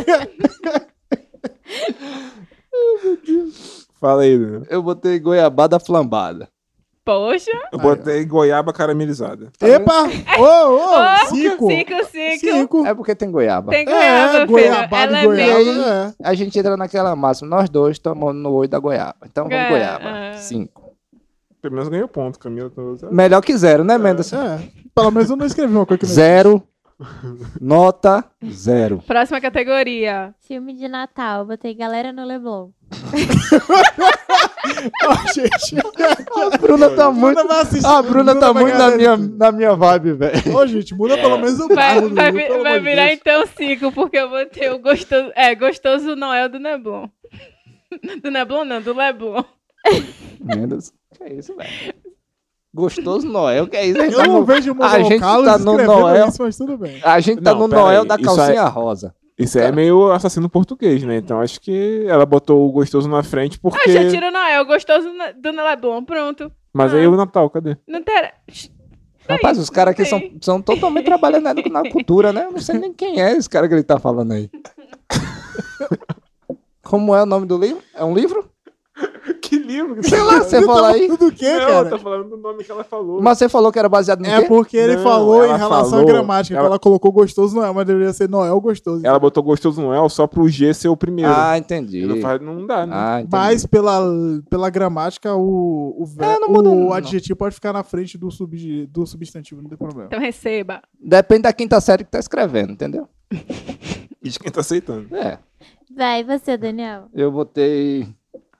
Fala aí, Bruno.
Eu botei goiabada flambada.
Poxa.
Eu botei goiaba caramelizada.
Epa! Ô, cinco.
Cinco.
É porque tem goiaba.
Tem goiaba, filho.
goiabada
Ela
e
é
goiaba.
meio...
É.
A gente entra naquela máxima, nós dois estamos no olho da goiaba. Então vamos
É,
goiaba.
é.
5.
Pelo menos ganhou ponto, Camila.
Melhor que zero, né, Mendes?
É. Pelo menos eu não escrevi uma coisa que não
Zero. Nota 0.
Próxima categoria.
Filme de Natal, botei Galera no Leblon.
Ó, gente.
A Bruna tá muito.
vai assistir.
A Bruna tá
vai
muito
ganhar
na minha vibe, velho.
Ô, gente, muda pelo menos o
Vai,
bairro,
vai,
viu? Pelo
vai
amor de
virar
Deus.
então 5, porque eu botei o gostoso Noel do Neblon. Do Neblon não, do Leblon.
Mendes. Que é isso, velho? Gostoso Noel, que é isso?
Eu não vejo o
A gente
Carlos
tá no
escrevendo
Noel.
isso, mas tudo bem.
A gente tá
Não,
no
pera
Noel
aí,
da
isso
calcinha
aí-
rosa.
Isso aí é meio assassino português, né? Então acho que ela botou o gostoso na frente porque...
Já tira o Noel, gostoso do Leblon, pronto.
Mas aí o Natal, cadê?
Não tem...
Rapaz, os caras aqui
não tem.
são totalmente trabalhando na cultura, né? Eu não sei nem quem é esse cara que ele tá falando aí. Como é o nome do livro? É um livro?
Que livro?
Sei lá, você falou aí.
Tudo o quê,
Não,
cara?
tá falando do nome que ela falou.
Mas você falou que era baseado no
É
quê?
porque ele
Não,
falou em
ela
relação à
falou-
gramática, que
ela-
ela colocou gostoso Noel, mas deveria ser Noel gostoso.
Ela botou gostoso Noel só pro G ser o primeiro.
Ah, entendi.
Não dá, né?
Ah, entendi.
Mas pela gramática,
não muda,
o
não.
adjetivo pode ficar na frente do substantivo, não tem problema.
Então receba.
Depende da quinta série que tá escrevendo, entendeu?
E de quem tá aceitando.
É.
Vai, você, Daniel.
Eu botei.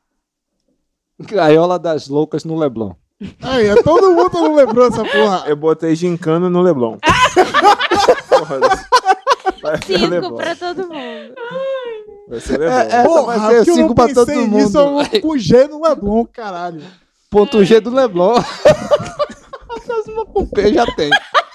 Gaiola das Loucas no Leblon.
Aí, todo mundo não lembrou essa porra.
Eu botei gincana no Leblon. Porra, vai ser
5
Leblon.
pra todo mundo.
Vai ser Leblon.
Essa
Porra,
vai ser
que eu não
5 pra todo
pensei
mundo.
nisso, eu com G no Leblon, caralho.
Ponto G do Leblon. Próxima com P já tem.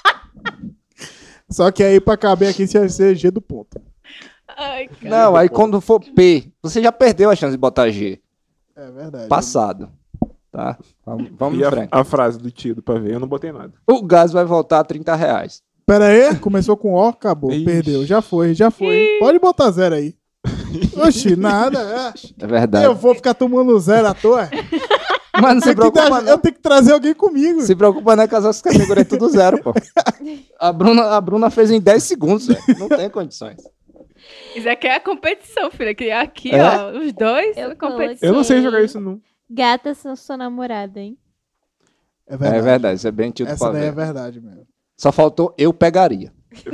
Só que aí pra caber aqui, você vai ser G do ponto.
Ai, cara.
Não, aí quando for P, você já perdeu a chance de botar G.
É verdade.
Passado. Tá? Vamos
E
em frente.
a frase do tio do pavê, eu não botei nada.
O gás vai voltar a R$30.
Pera aí, começou com O, acabou,
Ixi.
perdeu. Já foi. Pode botar zero aí. Oxi, nada.
É verdade.
Eu vou ficar tomando zero à toa.
Mas não se
Eu
preocupa não.
tenho que trazer alguém comigo.
Se preocupa não, que as outras categorias é tudo zero, pô. A Bruna fez em 10 segundos, velho. Não tem condições.
Isso aqui é a competição, filha. Que aqui,
É?
ó, os dois,
Eu
a competição.
Eu não sei jogar isso, não.
Gata, sou sua namorada, hein?
É
É verdade, isso é bem tio do
Essa daí é
pavê.
verdade mesmo.
Só faltou eu pegaria.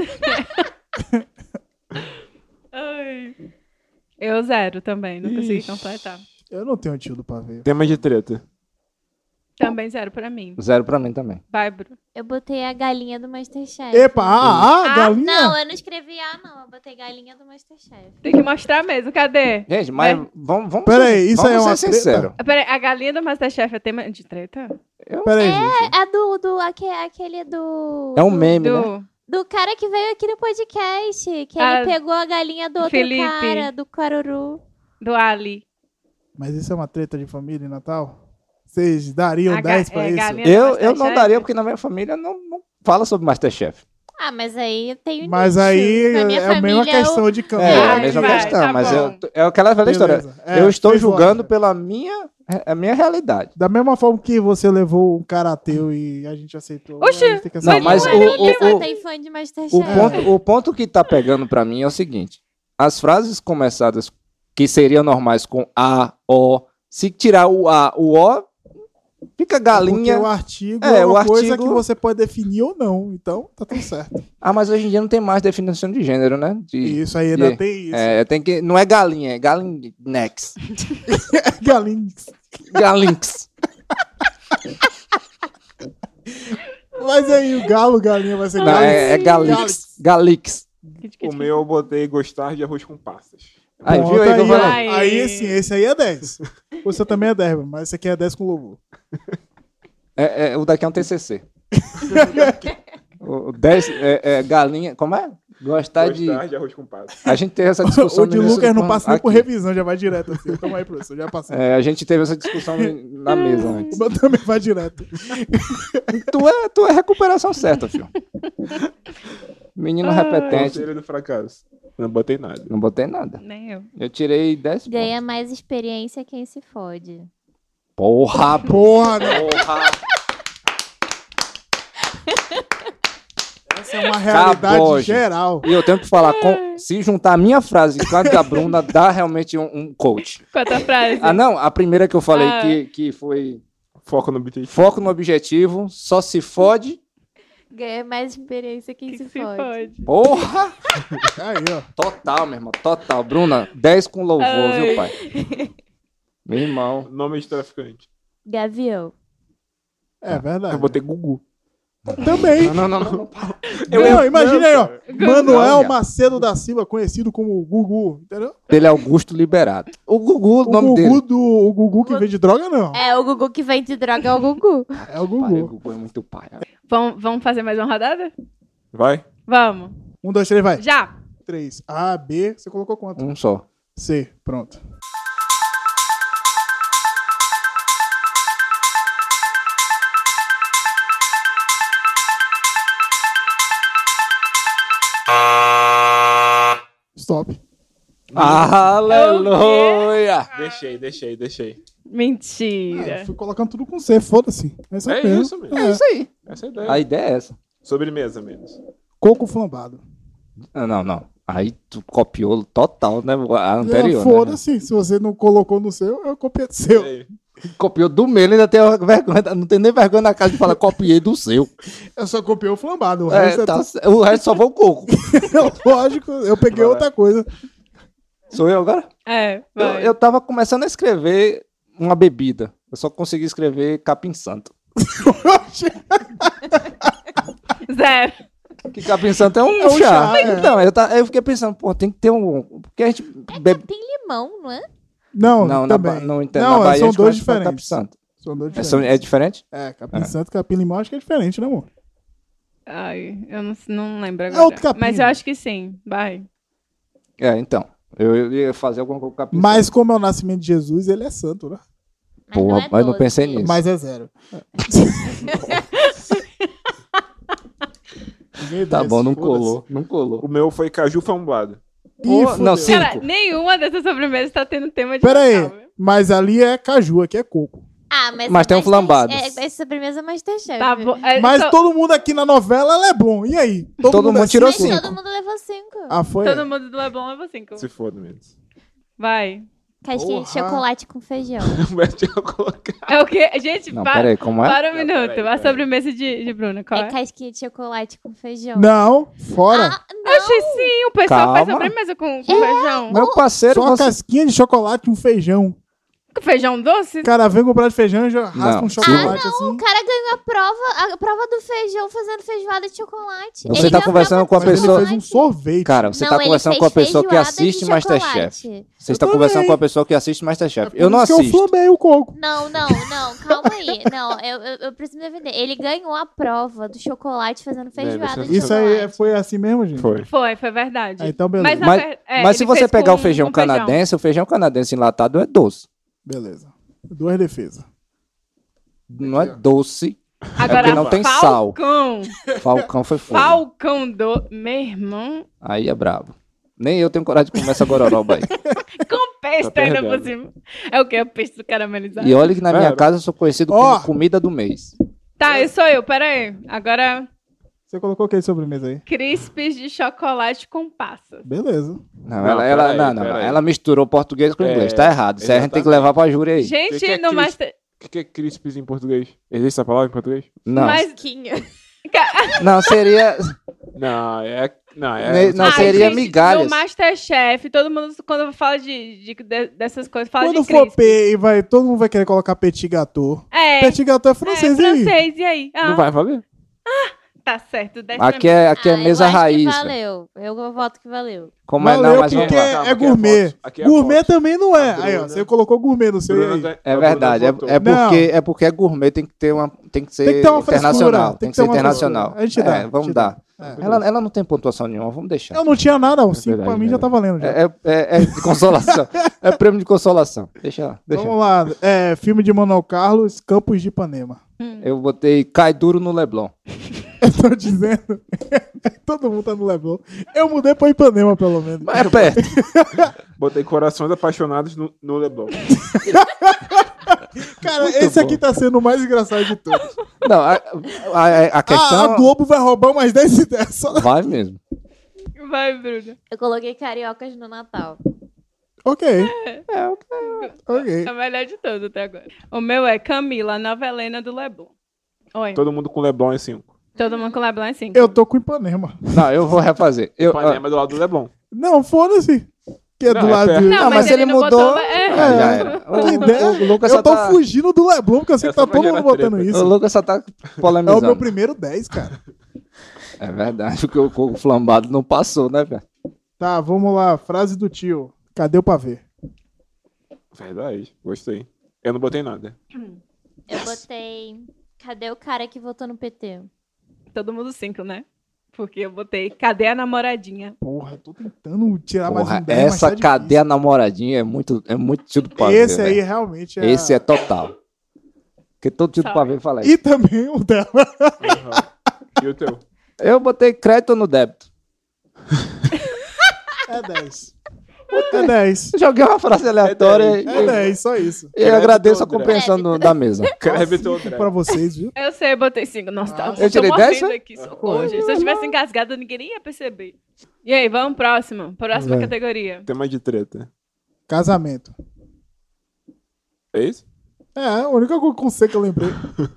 Ai. Eu 0 também, não consegui
Ixi.
completar.
Eu não tenho tio do pavê.
Tema de treta.
Também 0 pra mim.
0 pra mim também.
Vai, Bruno.
Eu botei a galinha do Masterchef.
Epa, galinha?
Não, eu não escrevi A, não. Eu botei galinha do Masterchef.
Tem que mostrar mesmo, cadê?
Gente, mas
É.
vamos
Pera aí, isso
vamos
aí é uma
ser
treta?
sincero.
Peraí, a galinha do Masterchef é tema de treta?
Pera aí, gente.
É aquele do...
É um meme, né?
Do cara que veio aqui no podcast. Que
Ah,
ele pegou a galinha do outro
Felipe.
cara, do Caruru.
Do Ali.
Mas isso é uma treta de família em Natal? Vocês dariam 10 pra isso?
galinha do
Eu não
Masterchef?
daria, porque na minha família não fala sobre Masterchef.
Ah, mas aí tem um
Mas
nicho.
aí
Na minha
é a mesma
família,
questão de campo.
É,
Vai,
a mesma
vai,
questão,
tá
mas
bom.
é aquela velha história.
Beleza. É,
Eu estou
fez
julgando
lógica.
pela a minha realidade.
Da mesma forma que você levou um cara ateu e a gente aceitou.
Oxe,
a gente tem que
não,
aceitar.
mas
Minha família
o-
só tem fã de Masterchef.
O ponto que tá pegando pra mim é o seguinte: as frases começadas que seriam normais com A, O, se tirar o A, o O, fica galinha.
Porque o artigo é
o
uma coisa
artigo-
que você pode definir ou não. Então, tá tudo certo.
Ah, mas hoje em dia não tem mais definição de gênero, né?
E isso aí ainda
de-
tem isso.
Tem que, não é galinha, é galinx.
Galinhos.
Galinx.
Mas aí, o galo, galinha vai ser
Não,
galinha.
é galix. Galix.
O meu eu botei gostar de arroz com passas.
Aí,
Pronto,
viu aí que eu
ó.
falei?
Ai.
Aí sim, esse aí é 10. Você também é 10, mas esse aqui é 10 com louvor.
O daqui é um TCC. O 10 é galinha. Como é? Gostar de.
arroz com passas.
A gente teve essa discussão.
O de
no início
Lucas
do
não
plano-
passa nem por
aqui.
revisão, já vai direto assim. Tamo aí, professor, já passei.
A gente teve essa discussão na mesa
O
antes.
meu também vai direto.
Tu é recuperação certa, filho. Menino repetente.
Conselho do fracasso. Não botei nada.
Não botei nada.
Nem eu.
Eu tirei 10 pontos.
Ganha mais experiência quem se fode.
Porra,
Porra, né?
porra.
Essa é uma realidade
Acabou, gente.
geral.
E eu tenho que falar, se juntar a minha frase com a da Bruna, dá realmente um coach.
Quanta frase?
Ah, não, a primeira que eu falei
Ah.
que foi
Foco no objetivo.
foco no objetivo, só se fode.
Ganha mais experiência quem
que
se
se
fode.
pode.
Porra!
Aí, ó.
Total, meu irmão, total. Bruna, 10 com louvor,
Ai.
viu, pai? Meu irmão.
Nome de traficante.
Gavião.
É verdade.
Eu botei Gugu.
Também.
Não.
Não, imagina aí, ó.
cara.
Manuel
Não,
Macedo da Silva, conhecido como Gugu, entendeu?
Ele é Augusto Liberado. O Gugu, o nome dele.
O Gugu que vende droga, não.
É, o Gugu que vem de droga é o Gugu.
É o
Pai, o
Gugu.
Gugu é muito pai.
Vamos fazer mais uma rodada?
Vai?
Vamos.
1, 2, 3, vai.
Já.
3. A, B, você colocou quanto?
Um só.
C, pronto. Stop.
Aleluia!
Deixei.
Mentira.
Fui colocando tudo com C, foda-se. Essa
É
mesmo.
isso mesmo.
É isso aí.
Essa é a ideia.
A ideia é essa.
Sobremesa menos.
Coco flambado.
Ah, não. Aí tu copiou total, né? A anterior, né?
Foda-se. Se você não colocou no seu, eu copiei do seu.
E aí?
Copiou do meu, ele ainda tem vergonha, não tem nem vergonha na cara de falar copiei do seu.
Eu só copiei o flambado. O resto
O resto só foi o coco.
Lógico, eu peguei
Vai.
outra coisa.
Sou eu agora?
É, vai.
Eu tava começando a escrever uma bebida. Eu só consegui escrever capim santo.
Zero.
Que capim santo é um
É um
chá.
chá, é.
Então, eu fiquei pensando, pô, tem que ter um... Porque a gente bebe...
Tem limão, não é?
Não,
Não,
também.
na
Não,
Bahia a
são
gente
dois
conhece como capim
diferentes.
santo.
São dois
É
diferentes.
diferente?
É, capim santo e capim limão acho que é diferente, né, amor?
Ai, eu não lembro
É
agora.
outro capim.
Mas eu acho que sim. Vai.
Então. Eu ia fazer alguma coisa com capim
Mas
santo.
como é o nascimento de Jesus, ele é santo, né?
Porra, mas não
doce.
pensei nisso.
Mas é 0. Ninguém
Tá
desce,
bom, não
foda-se.
colou. Não colou.
O meu foi caju flambado.
Ih,
Pô,
fudeu.
não, sim.
Cara,
Cinco.
nenhuma dessas sobremesas tá tendo tema de
Pera aí,
Natal, viu?
mas ali é caju, aqui é coco.
Ah,
Mas tem um flambado.
É sobremesa Masterchef.
Tá bom.
Mas todo mundo aqui na novela ela é bom. E aí?
Todo mundo
é
tirou
cinco?
Mas
cinco.
todo mundo levou 5.
Ah, foi?
Todo mundo do Leblon levou 5.
Se foda menos.
Vai.
Casquinha de
Porra.
chocolate com feijão.
O Beto ia colocar.
É o quê? Gente,
Não,
para,
peraí, como é?
para um
Não,
minuto.
peraí,
A
peraí.
sobremesa de Bruna, qual
É
é?
casquinha de chocolate com feijão.
Não, fora.
Ah, não.
Oxe, sim, o pessoal faz
Calma.
sobremesa com feijão.
Meu parceiro,
Só
você...
casquinha de chocolate e um feijão.
Feijão doce?
O cara vem com um prato de feijão e já raspa
Não.
um chocolate
O
assim.
cara ganhou a prova do feijão fazendo feijoada de chocolate.
Você
Ele
tá
ganhou
conversando com a
Mas ele
pessoa-
fez um sorvete.
Cara, você
Não,
tá
ele
conversando
fez
com a pessoa que
feijoada
assiste
de
Masterchef.
chocolate.
Você está
Eu
conversando
também.
com a pessoa que assiste Masterchef.
Por
Eu não
isso que
assisto.
eu flamei o coco.
Não, calma aí. Não, eu preciso me defender. Ele ganhou a prova do chocolate fazendo feijoada de
ser
Isso aí
chocolate.
foi assim mesmo, gente?
Foi.
Foi verdade.
Ah, então beleza.
na
Mas- Mas se
ele
você
fez
pegar o
com
feijão canadense, o feijão canadense enlatado é doce.
Beleza. 2 defesas.
Não é doce.
Agora,
porque não tem sal.
Falcão.
Falcão foi fogo.
Falcão do... Meu irmão.
Aí é brabo. Nem eu tenho coragem de comer essa gororoba aí.
Com peixe
Tá
ainda por
perdendo.
cima. É o que? É o peixe do caramelizado.
E olha que na minha
Cara.
casa eu sou conhecido
Ó.
como comida do mês.
Tá, esse sou eu. Pera aí. Agora,
Você colocou o que de sobremesa aí?
crispes de chocolate com passas.
Beleza.
Não,
Não, peraí.
ela misturou português com inglês. Tá errado. Isso aí a gente tem que
exatamente.
levar pra júri aí.
Gente,
que é
no
crisp?
Master...
O que é crispes em português? Existe essa palavra em português?
Não,
Mas...
não seria.
Não,
Não,
Ai,
seria
gente,
migalhas.
No Masterchef, todo mundo, quando fala dessas coisas, fala
Quando
de
for
crisp.
P, todo mundo vai querer colocar petit gâteau.
É,
Petit gâteau é francês,
é
e aí?
francês, e aí? Ah,
Não vai valer?
tá certo. Desce
Aqui é
Eu
mesa
acho que
raiz. velho.
valeu. Eu voto que valeu.
Como é
Valeu,
não, mas
porque
vamos lá.
Calma,
é
aqui é
gourmet.
Fox, aqui é
Gourmet
Fox.
também não é.
A
Aí, ó,
Bruna-
você colocou gourmet no seu e
Bruna
aí.
ganha-
É
a Bruna
verdade.
votou.
É porque é gourmet, tem que ter tem que ser
Tem que ter uma
internacional.
frescura,
Tem que ser
uma
internacional.
frescura. A gente dá,
Vamos
a gente
dar.
dá.
Ela não tem pontuação nenhuma, vamos deixar.
Eu não tinha nada, um 5
verdade,
pra mim já
verdade.
tá valendo. Já.
É de consolação. É prêmio de consolação. Deixa lá.
Vamos lá. Filme de Manuel Carlos, Campos de Ipanema.
Eu botei Cai Duro no Leblon.
Eu tô dizendo. Todo mundo tá no Leblon. Eu mudei pra Ipanema, pelo menos.
Mas é perto.
Botei Corações Apaixonados no Leblon.
Cara,
Muito
esse
bom.
aqui tá sendo o mais engraçado de todos.
Não, a questão.
A Globo vai roubar umas 10 ideias só.
Vai mesmo.
Vai, Bruna.
Eu coloquei cariocas no Natal.
Ok. Ok.
É o melhor de tudo até agora. O meu é Camila, a nova Helena do Leblon. Oi.
Todo mundo com Leblon em 5.
Todo mundo com Leblon é 5.
Eu tô com Ipanema.
Não, eu vou refazer.
Ipanema é do lado do Leblon.
Não, foda-se. Que é
Não,
do
é
lado
perto.
de...
Não,
mas
ele
ele
não
mudou.
botou-
Já era.
Que ideia.
O Lucas
Eu
só
tô
tá.
fugindo do Leblon, porque eu sei
É
que tá
só pra
todo mundo
gerar
botando
treta.
O
isso.
Lucas só tá
É o
polemizando.
meu primeiro 10, cara.
É verdade, porque o coco flambado não passou, né, velho?
Tá, vamos lá. Frase do tio. Cadê o pavê?
Verdade, gostei. Eu não botei nada.
Eu botei. Cadê o cara que votou no PT?
Todo mundo 5, né? Porque eu botei Cadê a namoradinha?
Porra, eu tô tentando tirar mais
Porra,
um 10, mas
essa
tá
cadeia namoradinha é muito tio do
difícil.
pavê.
Esse aí
velho.
realmente é...
Esse é total. Porque todo tio do
Sabe.
pavê fala isso.
E também o dela.
E o teu?
Eu botei crédito no débito.
É 10. É 10.
Joguei uma frase aleatória
É
É 10, só isso.
e eu agradeço a
Crédito,
compreensão da mesa.
Crédito André.
Pra vocês, viu?
Eu sei, eu botei 5. Nossa, tá.
Eu tirei
tô
10,
morrendo
foi?
aqui, socorro, gente. Se eu tivesse engasgado, ninguém nem ia perceber. E aí, vamos próximo. Próxima
Vai.
categoria.
Tema de treta.
Casamento.
É isso?
É, a única coisa com C que eu lembrei.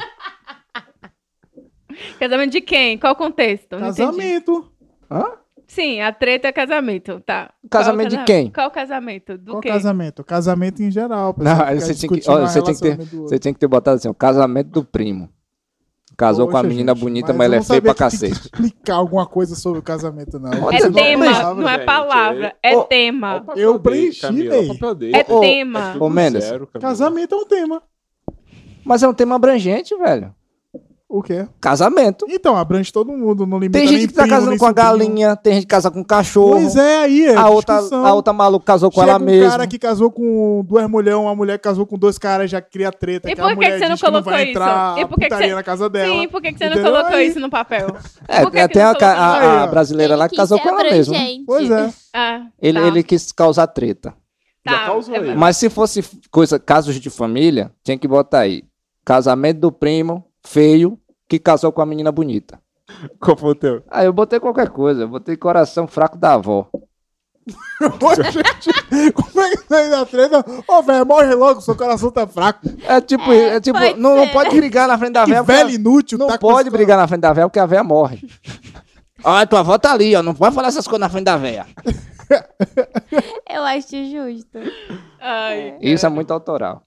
Casamento de quem? Qual o contexto? Não entendi.
Casamento.
Hã?
Sim, a treta é casamento, tá.
Casamento de quem?
Qual casamento? Do
Qual
quê?
casamento? Casamento em geral.
Não,
pessoal,
aí
ficar
você tinha que,
discutindo
olha,
o
você tinha que ter,
relacionamento do outro.
você tinha que ter botado assim, o casamento do primo. Casou com a
Poxa,
menina
gente,
bonita, mas
eu
ela é
não
feia
sabia
pra
que tinha que
cacete.
explicar alguma coisa sobre o casamento, não.
Pode
É
ser
tema,
palavra,
não é
gente,
palavra. É
Ô,
tema.
Eu preenchi,
Camila,
Ney.
o papel dele.
É
Ô,
tema.
ô, Mendes.
Zero, Camila.
Casamento é um tema.
Mas é um tema abrangente, velho.
O quê?
Casamento.
Então, abrange todo mundo, não limita
Tem
nem
gente que tá
primo,
casando
nem
com a
sobrinho.
galinha, tem gente que casa com cachorro.
Pois é, aí é
a outra maluca casou com
Chega
ela
um
mesma.
cara que casou com 2 mulheres, uma mulher que casou com 2 caras, já cria treta.
E
aquela
por que
mulher
que você não
diz que não
colocou
vai
isso?
entrar
E por que que
putaria
você-
na casa dela.
Sim, por que você não
Entendeu?
colocou
Aí-
isso no papel?
É,
Por que que
tem
não
a,
colocou?
Aí,
a
ó.
brasileira lá que casou com ela mesma.
Pois é.
Ah,
Ele,
tá.
ele quis causar treta.
Tá,
Já causou ele.
Mas se fosse casos de família, tinha que botar aí. Casamento do primo, feio, que casou com a menina bonita.
Qual foi o teu?
Aí eu botei qualquer coisa, eu botei coração fraco da avó.
Ô, gente, como é que sai da treta? Ô, velho, morre logo, seu coração tá fraco.
É tipo,
pode
não
ser.
pode brigar na frente da
Que
véia.
velho inútil.
Não
tá com
pode
esse
brigar na frente da véia porque a véia morre. Olha, tua avó tá ali, ó. Não pode falar essas coisas na frente da véia.
Eu acho justo.
Ai,
Isso é muito autoral.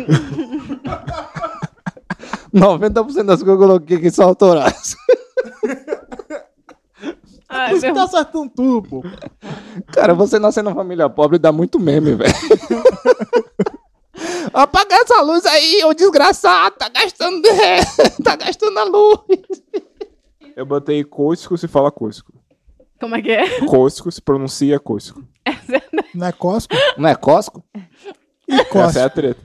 90% das coisas que eu coloquei aqui são autorais.
ai,
Você
meu...
tá acertando tudo, pô.
Cara, você nascer numa família pobre dá muito meme, velho. Apaga essa luz aí, ô desgraçado. Tá gastando, tá gastando a luz.
Eu botei Cusco se fala Cusco.
Como é que é?
Cusco se pronuncia Cusco.
Não é Costco?
Não é Costco?
E
Essa é
Costco.
a treta.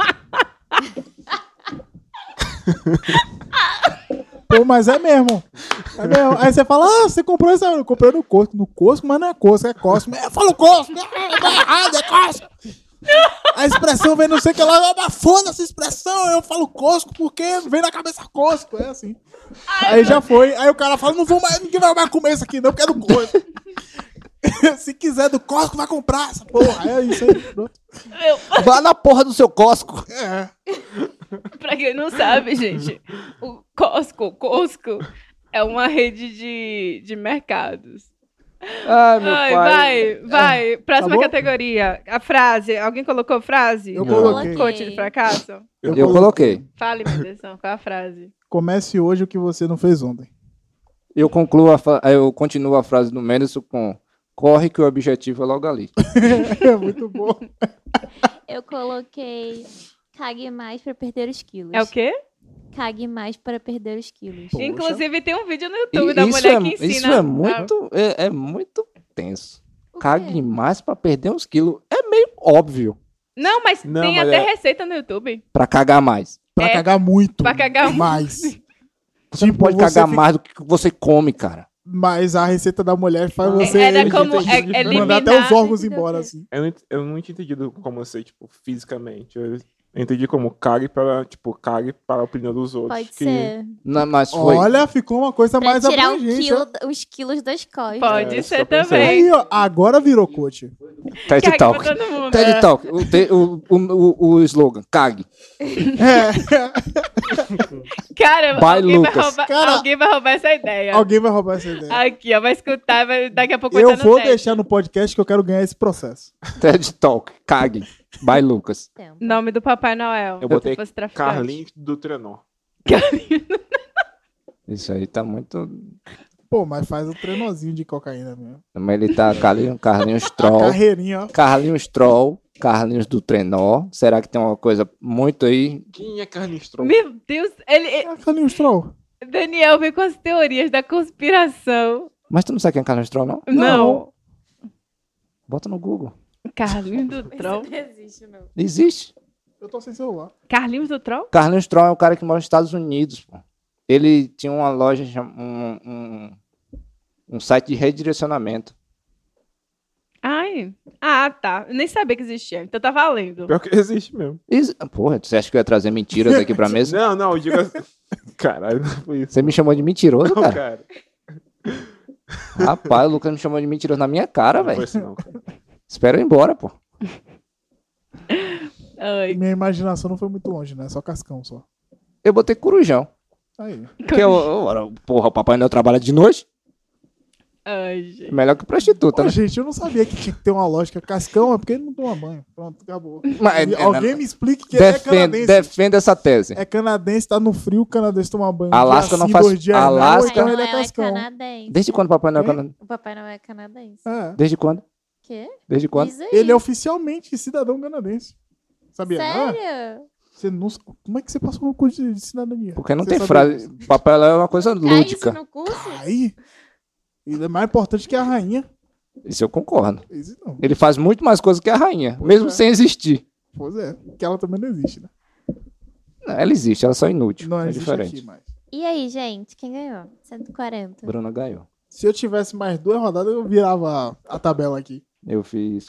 Pô, mas é mesmo. É mesmo. Aí você fala, você comprou essa. Eu comprei no Costco. No Costco, mas não é Costco, é Costco. Eu falo Costco. Tá errado, é Costco. A expressão vem não sei o que lá. Mas foda-se a expressão. Eu falo Costco porque vem na cabeça Costco. É assim. Aí já foi. Aí o cara fala, não vou mais, ninguém vai mais comer isso aqui não, porque é do Costco. Se quiser do Costco, vai comprar essa porra. É isso aí. Pronto.
Vá na porra do seu Costco.
É.
Pra quem não sabe, gente, o Costco é uma rede de mercados.
Ai, meu
Ai,
pai.
vai. Próxima
bom?
categoria. A frase. Alguém colocou frase?
Eu
coloquei.
Coach de fracasso?
Eu coloquei.
Fale, Mendeção, qual é a frase?
Comece hoje o que você não fez ontem.
Eu continuo a frase do Mendes com corre que o objetivo é logo ali.
É muito bom.
Eu coloquei cague mais pra perder os quilos.
É o quê?
Cague mais para perder os quilos.
Poxa.
Inclusive, tem um vídeo no YouTube
E
da
isso
mulher
é,
que ensina.
isso é muito, é muito tenso.
O quê?
Cague mais pra perder uns quilos. É meio óbvio.
Não, mas
Não,
tem
mas
até
é-
receita no YouTube.
Pra cagar mais.
Pra
É,
cagar muito.
pra cagar
mais.
Você não
Tipo,
pode
você
cagar
fica-
mais do que você come, cara.
Mas a receita da mulher faz você
Era como eliminar...
mandar até os órgãos embora, assim.
Eu não tinha entendido como ser, tipo, fisicamente. Eu entendi como cague para a opinião dos outros.
Pode
que...
ser.
Não, mas foi.
Olha, ficou uma coisa
Pra
mais
tirar
abrangente. ó.
os quilos das costas.
Pode
É,
ser
só pensei.
também.
Aí, ó, agora virou coach.
TED
Cague
Talk.
pra todo mundo.
TED Talk. O slogan. Cague.
Cara,
Vai,
alguém vai,
Lucas.
roubar,
Cara,
alguém vai roubar essa ideia.
Alguém vai roubar essa ideia.
Aqui, ó, vai escutar, daqui a pouco vai
Eu
estar no
vou
TED.
deixar no podcast que eu quero ganhar esse processo.
TED Talk. Cague. Vai, Lucas.
Tempo.
Nome do Papai Noel.
Eu botei
se fosse traficante.
Carlinhos do Trenó.
Isso aí tá muito.
Pô, mas faz o trenozinho de cocaína mesmo.
Mas ele tá Carlinhos
A
Troll.
carreirinha, ó.
Carlinhos Troll. Carlinhos do Trenó. Será que tem uma coisa muito aí?
Quem é Carlinhos Troll?
Meu Deus,
É Carlinhos Troll.
Daniel vem com as teorias da conspiração.
Mas tu não sabe quem é Carlinhos Troll, não?
Não.
Bota no Google.
Carlinhos do Troll.
Não existe, não.
Existe.
Eu tô sem celular.
Carlinhos do Troll?
Carlinhos Troll é um cara que mora nos Estados Unidos, pô. Ele tinha uma loja, um site de redirecionamento.
Ai. Ah, tá. Eu nem sabia que existia. Então tá valendo.
Pior que existe mesmo.
Porra, você acha que eu ia trazer mentiras aqui pra mesa?
Não, eu digo assim. Caralho, não foi isso.
Você me chamou de mentiroso,
Não,
cara?
cara.
Rapaz, o Lucas me chamou de mentiroso na minha cara,
Não foi
velho.
isso, não, cara.
Espera eu ir embora, pô.
Ai.
Minha imaginação não foi muito longe, né? Só cascão, só.
Eu botei corujão.
Aí.
Porque porra, o Papai Noel trabalha de noite.
Ai, gente.
Melhor que prostituta,
Ô,
né?
gente, eu não sabia que tinha que ter uma lógica. Cascão é porque ele não toma banho. Pronto, acabou.
Mas,
Alguém me explique que é canadense.
defenda essa tese.
É canadense, tá no frio, o canadense toma banho.
Alasca
dia
não
sim,
faz-
2 dias
Alasca-
não, então ele é
Noel
cascão.
canadense.
Desde quando o Papai Noel é canadense?
O Papai Noel é canadense.
É.
Desde quando?
Quê?
Desde quando?
Diz aí.
Ele é oficialmente cidadão canadense. Sabia? Não?
Sério?
Você não... Como é que você passou no curso de cidadania?
Porque não
Você
tem
sabia
frase.
disso?
Papai Noel é uma coisa
Cai isso
lúdica.
no curso?
Aí, ele é mais importante que a rainha.
Isso eu concordo.
Isso não.
Ele faz muito mais coisa que a rainha,
Pois
mesmo
é.
sem existir.
Pois é, que ela também não existe, né?
Não, ela existe, ela é só inútil.
Não
é
existe
diferente.
aqui mais.
E aí, gente? Quem ganhou? 140.
Bruna ganhou.
Se eu tivesse mais 2 rodadas, eu virava a tabela aqui.
Eu fiz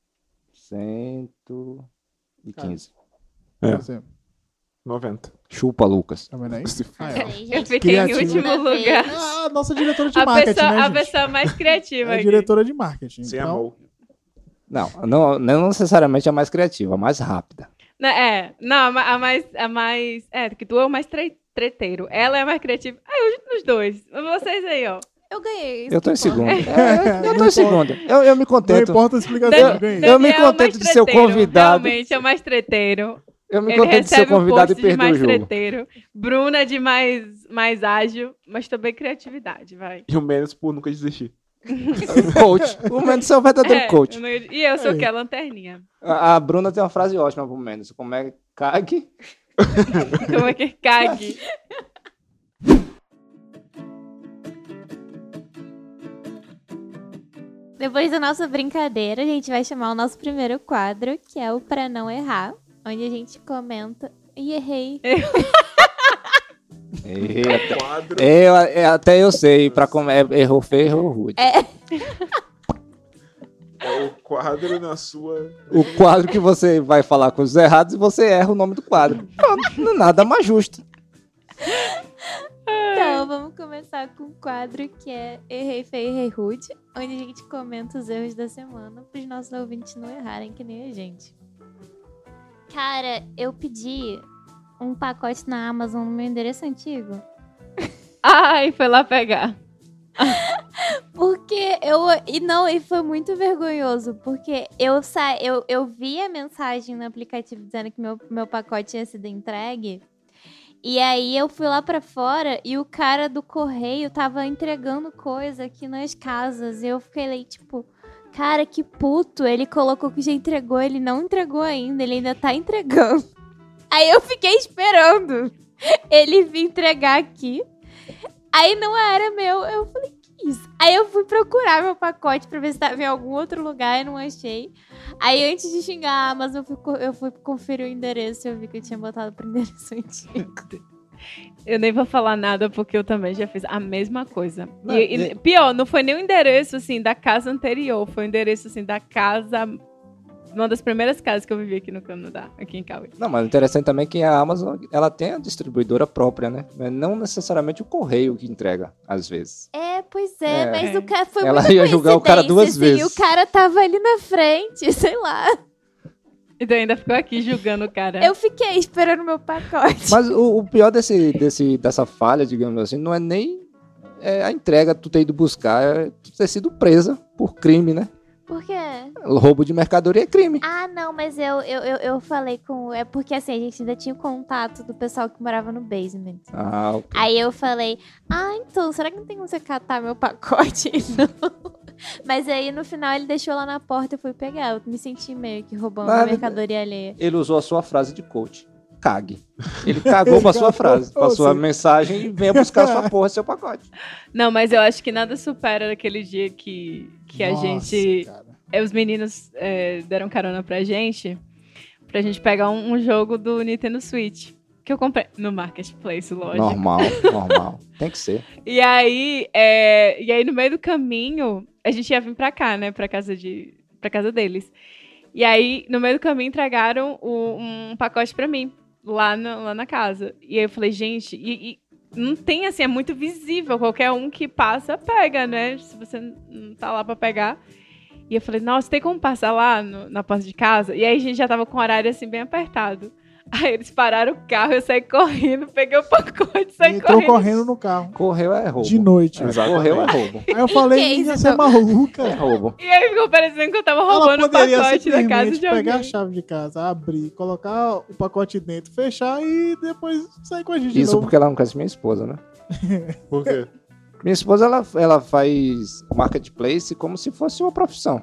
115.
É.
Por exemplo.
90.
Chupa, Lucas.
Tá vendo aí?
Se
Aí, ó.
Aí,
Eu
gente,
fiquei em
Criativo.
último
Toda vez.
lugar.
Ah, a nossa diretora de
A
marketing,
pessoa,
né,
a
gente?
pessoa mais criativa
É a
aqui.
diretora de marketing.
Sem
então,
amor.
Não necessariamente a mais criativa, a mais rápida.
Não, a mais... É, que tu é o mais treteiro. Ela é a mais criativa. Os dois. Vocês aí, ó.
Eu ganhei.
Eu tô em segundo. Eu tô
Não
em segunda. Eu me
Não
contento.
importa a explicação, eu ganhei.
Eu me
Daniel é o
contento
mais
de ser o
treteiro,
convidado.
Realmente, é o mais treteiro.
Eu me
Ele
contento de ser o
recebe o
convidado e
posto de
perder o
mais
jogo.
treteiro. Bruna de mais ágil, mas também criatividade, vai.
E o menos por nunca desistir.
Coach. O Mendes é o verdadeiro coach.
E eu sou
Aí.
que a lanterninha.
A Bruna tem uma frase ótima pro Mendes. Como é que cague?
Como é que cague?
Depois da nossa brincadeira, a gente vai chamar o nosso primeiro quadro, que é o Pra Não Errar, onde a gente comenta. Ih, errei.
Eita.
Quadro.
Até eu sei. Errou feio, errou rude.
É o quadro na sua.
O quadro que você vai falar com os errados e você erra o nome do quadro. Pronto, nada mais justo.
Então, vamos começar com um quadro que é Errei Feio, Errei Rude, onde a gente comenta os erros da semana para os nossos ouvintes não errarem que nem a gente. Cara, eu pedi um pacote na Amazon no meu endereço antigo.
Ai, foi lá pegar.
Porque e foi muito vergonhoso, porque eu vi a mensagem no aplicativo dizendo que meu pacote tinha sido entregue. E aí eu fui lá pra fora e o cara do correio tava entregando coisa aqui nas casas. E eu fiquei lá, tipo, cara, que puto. Ele colocou que já entregou, ele não entregou ainda, ele ainda tá entregando. Aí eu fiquei esperando ele vir entregar aqui. Aí não era meu, eu falei, que isso? Aí eu fui procurar meu pacote pra ver se tava em algum outro lugar e não achei. Aí antes de xingar a Amazon, eu fui conferir o endereço e eu vi que eu tinha botado pro endereço antigo.
Eu nem vou falar nada porque eu também já fiz a mesma coisa. E pior, não foi nem o endereço, assim, da casa anterior. Foi o endereço, assim, da casa... Uma das primeiras casas que eu vivi aqui no Canadá, aqui em Calgary.
Não, mas o interessante também é que a Amazon, ela tem a distribuidora própria, né? Mas não necessariamente o correio que entrega, às vezes.
Pois é, mas o cara foi
Ela
muito
ia julgar o cara duas
assim,
vezes.
O cara tava ali na frente, sei lá.
Então ainda ficou aqui julgando o cara.
Eu fiquei esperando meu pacote.
Mas o pior dessa falha, digamos assim, não é nem a entrega, tu ter ido buscar, é tu ter sido presa por crime, né?
Por quê?
O roubo de mercadoria é crime.
Ah, não, mas eu falei com... É porque, assim, a gente ainda tinha o contato do pessoal que morava no basement.
Ah, ok.
Aí eu falei, então, será que não tem como você catar meu pacote? Não. Mas aí, no final, ele deixou lá na porta e eu fui pegar. Eu me senti meio que roubando a mercadoria alheia.
Ele usou a sua frase de coach. Cague. Ele cagou pra sua frase, pra sua mensagem e venha buscar sua porra, seu pacote.
Não, mas eu acho que nada supera aquele dia que a gente... Os meninos deram carona pra gente pegar um jogo do Nintendo Switch. Que eu comprei no Marketplace, lógico.
Normal. Tem que ser.
E aí, no meio do caminho, a gente ia vir pra cá, né? Pra casa deles. E aí, no meio do caminho, entregaram um pacote pra mim, lá na casa. E aí eu falei, gente, e não tem assim, é muito visível. Qualquer um que passa, pega, né? Se você não tá lá pra pegar. E eu falei, nossa, tem como passar lá na porta de casa? E aí a gente já tava com o horário assim, bem apertado. Aí eles pararam o carro, eu saí correndo, peguei o pacote, saí
Entrou
correndo.
correndo no carro.
Correu é roubo.
De noite.
Correu é roubo.
Aí eu falei,
Que isso,
você é maluca.
É roubo.
E aí ficou parecendo que eu tava
Ela
roubando o
poderia
pacote da casa
simplesmente
de alguém.
pegar a chave de casa, abrir, colocar o pacote dentro, fechar e depois sair com a gente de
Isso
novo.
porque ela não conhece minha esposa, né?
Por quê?
Minha esposa, ela faz marketplace como se fosse uma profissão.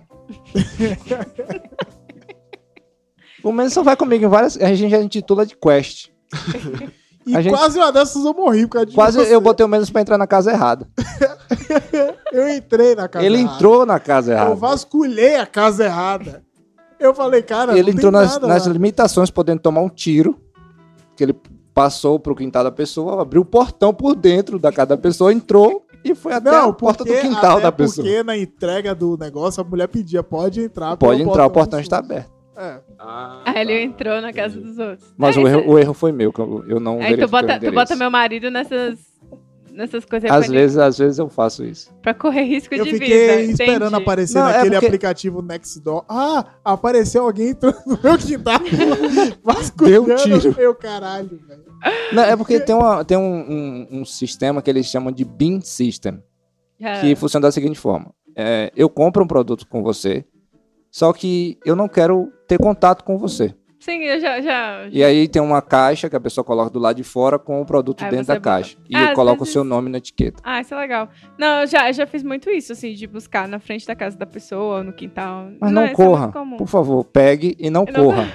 O Mendes só vai comigo em várias... A gente já intitula de quest.
E
a gente-
quase uma dessas eu morri por causa de
Quase
você.
eu botei o Mendes pra entrar na casa errada.
Eu entrei na casa
Ele
errada.
entrou na casa
Eu
errada.
vasculhei a casa errada. Eu falei, cara,
Ele
não
entrou
tem
nas
nada lá.
limitações, podendo tomar um tiro. Que ele passou pro quintal da pessoa, abriu o portão por dentro da casa da pessoa, entrou e foi até a porta do quintal da pessoa.
Porque na entrega do negócio a mulher pedia, pode entrar.
Pode
pelo
entrar, o portão
do
está
SUS.
aberto.
É.
Aí ele entrou na casa dos outros.
Mas o erro foi meu, que eu não
Aí tu
verifiquei o
bota
endereço.
meu marido nessas coisas aí
Às vezes eu faço isso.
pra correr risco
Eu
de
fiquei
vida.
esperando
entendi.
aparecer
Não, é
naquele
porque-
aplicativo Nextdoor. Ah, apareceu alguém entrando no meu quintal.
Deu
Vasculhando.
um tiro.
Meu caralho, velho.
Não, é porque tem um sistema que eles chamam de bin system. que funciona da seguinte forma. Eu compro um produto com você, só que eu não quero ter contato com você.
Sim, eu já...
E aí tem uma caixa que a pessoa coloca do lado de fora com o produto
Aí
dentro
você
da caixa. E
às
coloca
vezes-
o seu nome na etiqueta.
Ah, isso é legal. Não, eu já fiz muito isso, assim, de buscar na frente da casa da pessoa, no quintal.
Mas não
isso é
corra.
muito comum.
Por favor, pegue e não
Eu não-
corra.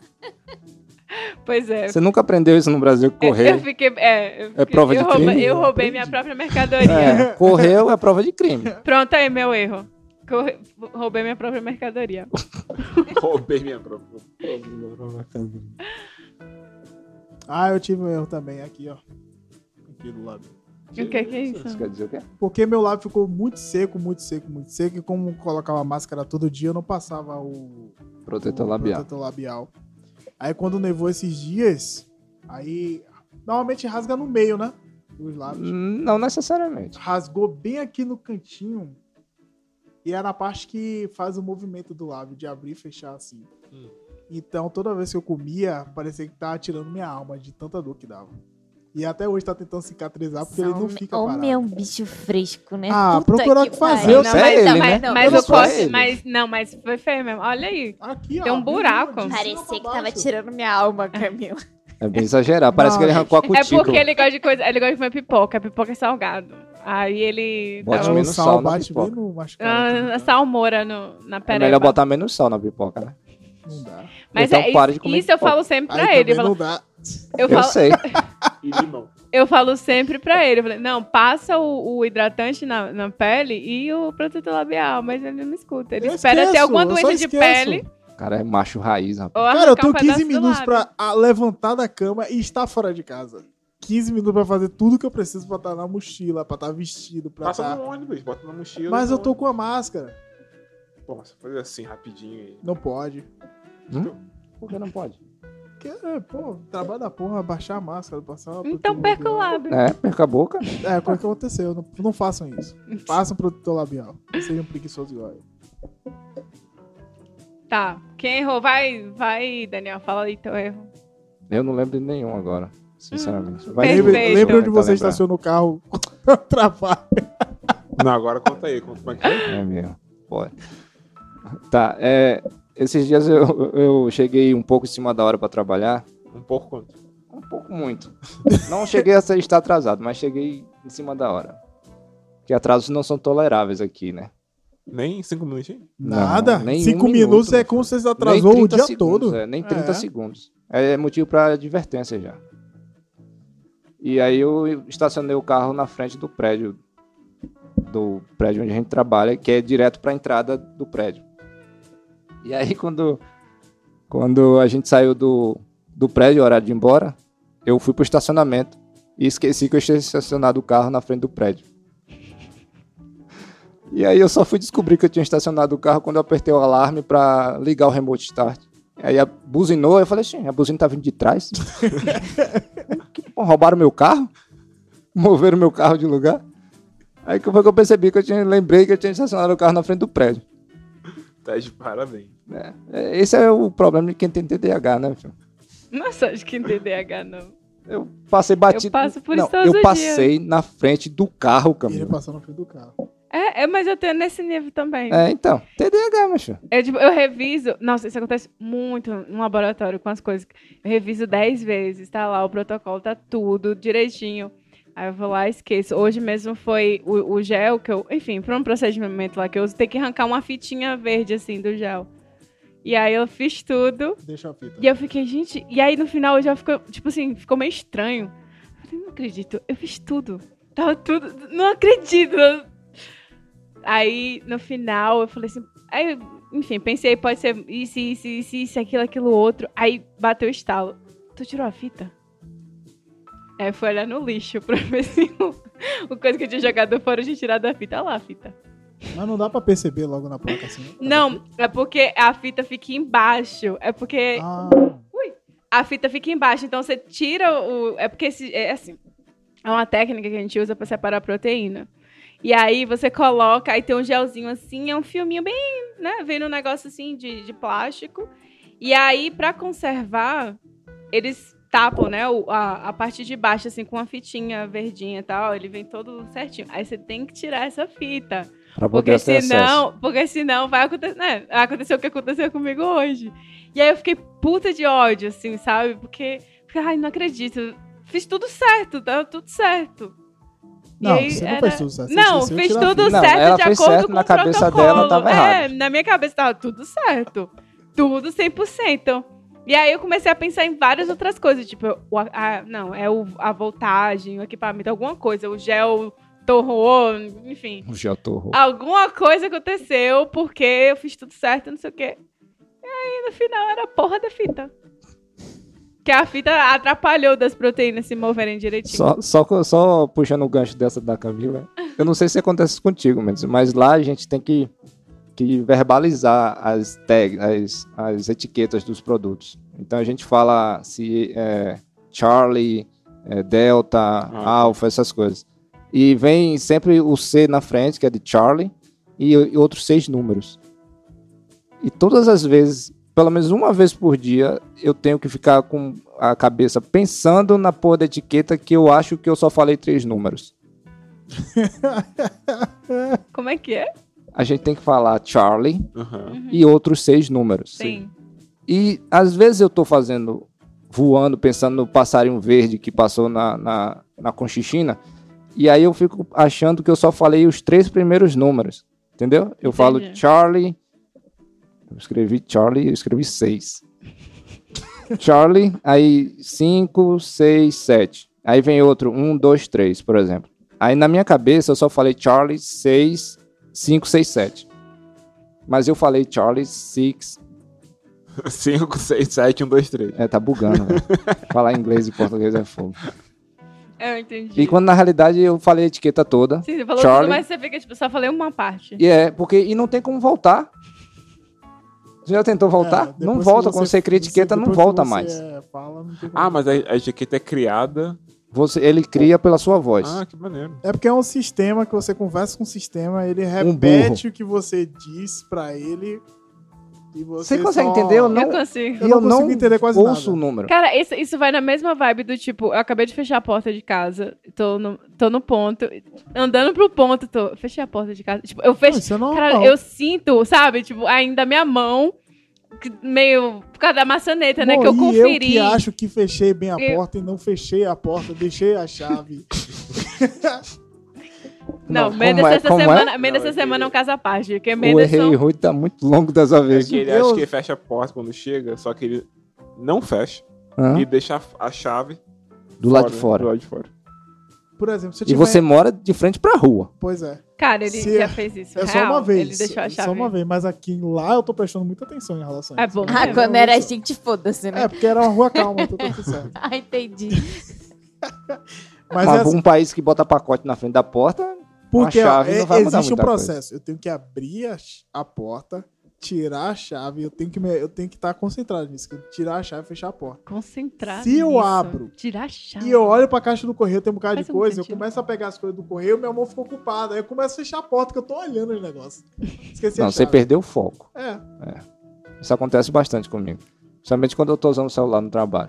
Pois é.
Você nunca aprendeu isso no Brasil,
Eu
correr.
fiquei...
prova de crime?
Eu roubei minha própria mercadoria.
Correu é prova de crime.
Pronto, aí, meu erro. Roubei minha própria mercadoria.
Roubei minha própria.
Ah, eu tive um erro também aqui, ó. Aqui do lado.
O que é isso?
Isso quer dizer o quê?
Porque meu lábio ficou muito seco. E como colocava máscara todo dia, eu não passava o
Protetor
o
labial.
protetor labial. Aí quando nevou esses dias, aí normalmente rasga no meio, né? Os lábios.
Não necessariamente.
Rasgou bem aqui no cantinho. E é na parte que faz o movimento do lábio, de abrir e fechar assim. Então toda vez que eu comia, parecia que tava tirando minha alma de tanta dor que dava. E até hoje tá tentando cicatrizar porque ele não fica
Ô,
parado.
meu bicho fresco, né?
Ah,
Puta
procurar o
que
que fazer,
pariu.
eu sei
ele, né?
Mas
Eu
eu
sou
posso...
ele.
Mas foi feio mesmo. Olha aí.
Aqui, ó.
Tem um buraco.
de cima
Parecia
pra
que tava
baixo.
tirando minha alma, Camila.
É bem exagerado. Parece
Não,
que ele arrancou a
É
cutícula.
porque ele gosta de coisa... Ele gosta de comer pipoca. A pipoca é salgado. Aí ele...
Bote
tava-
menos
O
sal
sal
na
bate bem
pipoca.
no machucado.
a salmoura na
É
pereba.
melhor botar menos sal na pipoca, né?
Não dá.
Mas
Então para de
isso,
comer
isso eu
pipoca.
falo sempre
Aí
pra ele.
também não dá.
Eu
Eu
falo,
sei.
E limão.
eu falo sempre pra ele. Eu falei, não, passa o hidratante na pele e o protetor labial. Mas ele não escuta. Ele
Eu
espera ter
esqueço,
alguma
eu só
doença de
esqueço.
pele
O cara é macho raiz, rapaz.
ou
Cara, eu
arrancar
tô
um
15
pedaço do
minutos
lábio.
pra levantar da cama e estar fora de casa. 15 minutos pra fazer tudo que eu preciso pra estar na mochila, pra estar vestido, pra
Passa
estar...
no ônibus, bota na mochila.
Mas
no
eu tô com a máscara.
Pô, você fazer assim rapidinho aí.
Não pode.
Por que não pode?
Porque, pô, trabalho da porra, baixar a máscara, passar...
Então perca o lábio.
Perca a boca.
É, coisa que aconteceu. Não façam isso. Façam protetor labial. Não sejam preguiçosos igual eu.
Tá. Quem errou? Vai, Daniel. Fala aí teu erro.
Eu não lembro de nenhum agora, sinceramente.
Perfeito.
Lembra onde
tentar
você
lembrar.
estaciona o carro no trabalho.
Não, agora conta aí. Conta como é que é.
É mesmo. Pode. Tá, esses dias eu cheguei um pouco em cima da hora pra trabalhar.
Um pouco quanto?
Um pouco muito. Não cheguei a estar atrasado, mas cheguei em cima da hora. Porque atrasos não são toleráveis aqui, né?
Nem 5 minutinhos?
Nada.
nem
5
um
minutos
minuto.
é como se você
Nem
atrasou o
30
dia
segundos,
todo.
nem 30
É.
segundos. É motivo pra advertência já. E aí eu estacionei o carro na frente do prédio onde a gente trabalha, que é direto pra entrada do prédio. E aí quando a gente saiu do prédio, horário de ir embora, eu fui pro estacionamento e esqueci que eu tinha estacionado o carro na frente do prédio. E aí eu só fui descobrir que eu tinha estacionado o carro quando eu apertei o alarme pra ligar o remote start. Aí buzinou, eu falei assim, a buzina tá vindo de trás? Roubaram meu carro? Moveram meu carro de lugar? Aí que foi que eu percebi que lembrei que eu tinha estacionado o carro na frente do prédio.
Tá de parabéns.
Esse é o problema de quem tem TDAH, né, filho?
Nossa, acho que em TDAH não.
Eu passei batido.
Eu passo por
não,
isso todos
eu
os
passei na frente do carro,
Ele
Camila.
passou na frente do carro.
Mas eu tenho nesse nível também.
Então, TDAH, meu filho.
Eu reviso. Nossa, isso acontece muito no laboratório com as coisas. Eu reviso 10 vezes, tá lá, o protocolo tá tudo direitinho. Aí eu vou lá e esqueço. Hoje mesmo foi o gel que eu. Enfim, para um procedimento lá que eu uso, tem que arrancar uma fitinha verde assim do gel. E aí eu fiz tudo.
Deixa a fita.
E eu fiquei, gente. E aí no final já ficou, tipo assim, ficou meio estranho. Eu falei, não acredito, eu fiz tudo. Tava tudo. Não acredito. Aí no final eu falei assim. Aí, enfim, pensei, pode ser isso, aquilo, outro. Aí bateu o estalo. Tu tirou a fita? Aí eu fui olhar no lixo pra ver se o coisa que eu tinha jogado fora eu tinha tirado da fita. Olha lá a fita.
Mas não dá pra perceber logo na placa assim.
Não, é porque a fita fica embaixo. É porque
Ah,
a fita fica embaixo, então você tira o... É porque, é assim, é uma técnica que a gente usa pra separar a proteína. E aí você coloca, aí tem um gelzinho assim, é um filminho bem, né, vem num negócio assim de plástico. E aí, pra conservar, eles tapam, né, a parte de baixo, assim, com uma fitinha verdinha e tal, ele vem todo certinho. Aí você tem que tirar essa fita.
Pra poder ter acesso.
Porque senão vai acontecer, né? Aconteceu o que aconteceu comigo hoje. E aí eu fiquei puta de ódio, assim, sabe? Porque ai, não acredito. Fiz tudo certo, tá tudo certo. E
Não,
aí
você não fez tudo certo. Você
Não,
esqueceu de
fiz
tirar a
tudo
fita.
Não,
certo
ela
de
fez
acordo
certo,
com
na
o
cabeça
protocolo.
dela tava errado.
Na minha cabeça tava tudo certo. Tudo 100%. E aí eu comecei a pensar em várias outras coisas, tipo, a voltagem, o equipamento, alguma coisa, o gel torrou, enfim.
O gel torrou.
Alguma coisa aconteceu porque eu fiz tudo certo, não sei o quê. E aí, no final, era a porra da fita. Que a fita atrapalhou das proteínas se moverem direitinho.
Só puxando o gancho dessa da Camila, eu não sei se acontece contigo, mas lá a gente tem que verbalizar as tags, as etiquetas dos produtos. Então a gente fala se Charlie, Delta, Alpha, essas coisas. E vem sempre o C na frente, que é de Charlie, e outros 6 números. E todas as vezes, pelo menos uma vez por dia, eu tenho que ficar com a cabeça pensando na porra da etiqueta que eu acho que eu só falei 3 números.
Como é que é?
A gente tem que falar Charlie
Uhum.
e outros 6 números.
Sim.
E às vezes eu tô voando, pensando no passarinho verde que passou na Conchichina, e aí eu fico achando que eu só falei os 3 primeiros números, entendeu? Eu falo Charlie, eu escrevi 6. Charlie, aí 5, 6, 7. Aí vem outro, 1, 2, 3, por exemplo. Aí na minha cabeça eu só falei Charlie 6, 5, 6, 7. Mas eu falei Charlie 6.
5, 6, 7, 1, 2, 3.
Tá bugando, velho. Falar inglês e português é fogo.
Eu entendi.
E quando na realidade eu falei a etiqueta toda.
Sim, você falou
Charlie,
tudo, mas você fica, tipo, só falei uma parte.
E não tem como voltar. Você já tentou voltar? Não volta. Quando você cria etiqueta, não volta mais.
Fala, não tem como.
Mas a etiqueta é criada.
Ele cria pela sua voz.
Que maneiro.
É porque é um sistema que você conversa com o sistema, ele repete o que você diz pra ele e você
consegue entender? Eu
Eu consigo.
E eu não
consigo entender quase
ouço
nada.
o número.
Cara, isso vai na mesma vibe do tipo, eu acabei de fechar a porta de casa, tô no ponto, andando pro ponto, fechei a porta de casa. Tipo, eu fecho.
Isso é normal.
Cara, eu sinto, sabe, tipo, ainda a minha mão, meio por causa da maçaneta, né, que eu conferi.
Eu que acho que fechei bem a porta e não fechei a porta, deixei a chave.
Não,
Não,
Mendes
como é?
essa
Como
semana,
é?
Mendes
Não,
essa semana é um caso à parte, porque
O
Mendes
errei ruim tá muito longo dessa vez.
Ele
Deus.
acha que ele fecha a porta quando chega, só que ele não fecha
Hã?
e deixa a chave
Do lado de fora.
Do lado de fora.
Por exemplo, se eu
E
tiver...
você mora de frente pra rua.
Pois é.
Cara, ele
Se-
já fez isso.
É só
real,
uma vez.
Ele deixou a chave.
Só uma vez, mas aqui lá eu tô prestando muita atenção em relação a
É
isso.
bom.
Ah,
É,
quando
não,
era
isso-
gente, foda-se, né?
É, porque era uma rua calma, então tá tudo certo.
Ah, entendi.
Mas
Mas
é assim,
um país que bota pacote na frente da porta,
porque
a chave não vai mudar
existe um
muita
processo. Eu tenho que abrir a porta, tirar a chave, eu tenho que estar concentrado nisso. Tirar a chave e fechar a porta.
Concentrado
Se eu
nisso.
abro
Tirar a chave.
E eu olho pra caixa do correio, tem um bocado
Faz
de
um
coisa, eu
sentido.
começo a pegar as coisas do correio, minha mão fica ocupada. Aí eu começo a fechar a porta, que eu tô olhando os negócios. Esqueci a
não, você
chave.
perdeu o foco.
É.
Isso acontece bastante comigo. Principalmente quando eu tô usando o celular no trabalho.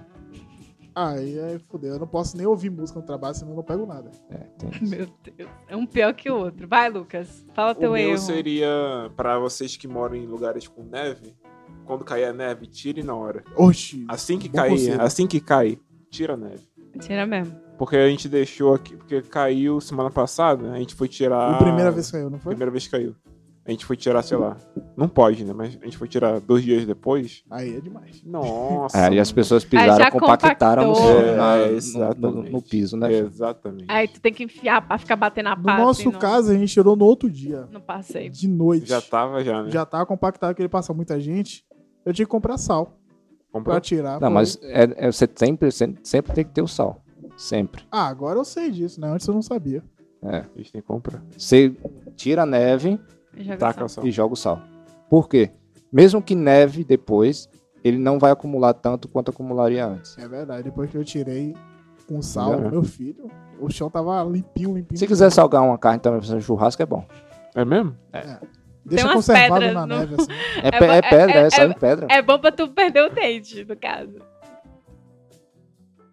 Aí fudeu. Eu não posso nem ouvir música no trabalho, senão eu não pego nada.
Tem
Meu Deus. É um pior que o outro. Vai, Lucas. Fala teu
O meu
erro.
seria, pra vocês que moram em lugares com neve, quando cair a neve, tire na hora.
Oxi.
Assim que
Bom
cair,
conselho.
assim que cai, tira a neve.
Tira mesmo.
Porque a gente deixou aqui, porque caiu semana passada, a gente foi tirar...
A primeira vez que caiu, não foi?
Primeira vez que caiu. A gente foi tirar, sei lá, não pode, né? Mas a gente foi tirar 2 dias depois.
Aí é demais.
Nossa.
E as pessoas
Aí
pisaram,
já
compactaram
compactou.
no piso, né?
Exatamente.
Aí tu tem que enfiar pra ficar batendo a
No
pá.
nosso
assim,
caso, a gente tirou no outro dia,
No passeio.
de noite.
Já tava, né?
Já tava compactado, que ele passa muita gente. Eu tinha que comprar sal
Comprou?
pra tirar.
Não,
Pô.
mas você sempre tem que ter o sal. Sempre.
Ah, agora eu sei disso, né? Antes eu não sabia.
A gente tem que comprar.
Você tira a neve
Joga
Taca
sal.
só.
e joga o sal. Por quê? Mesmo que neve depois, ele não vai acumular tanto quanto acumularia antes.
É verdade. Depois que eu tirei com sal,
Já.
meu filho, o chão tava limpinho.
Se quiser salgar uma carne também pra fazer um churrasco, é bom.
É mesmo?
Deixa
umas
conservado
pedras
na
no-
neve, assim.
É pedra, é sal em pedra.
É bom pra tu perder o dente, no caso.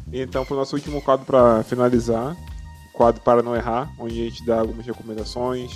Então, pro nosso último quadro pra finalizar, quadro para não errar, onde a gente dá algumas recomendações.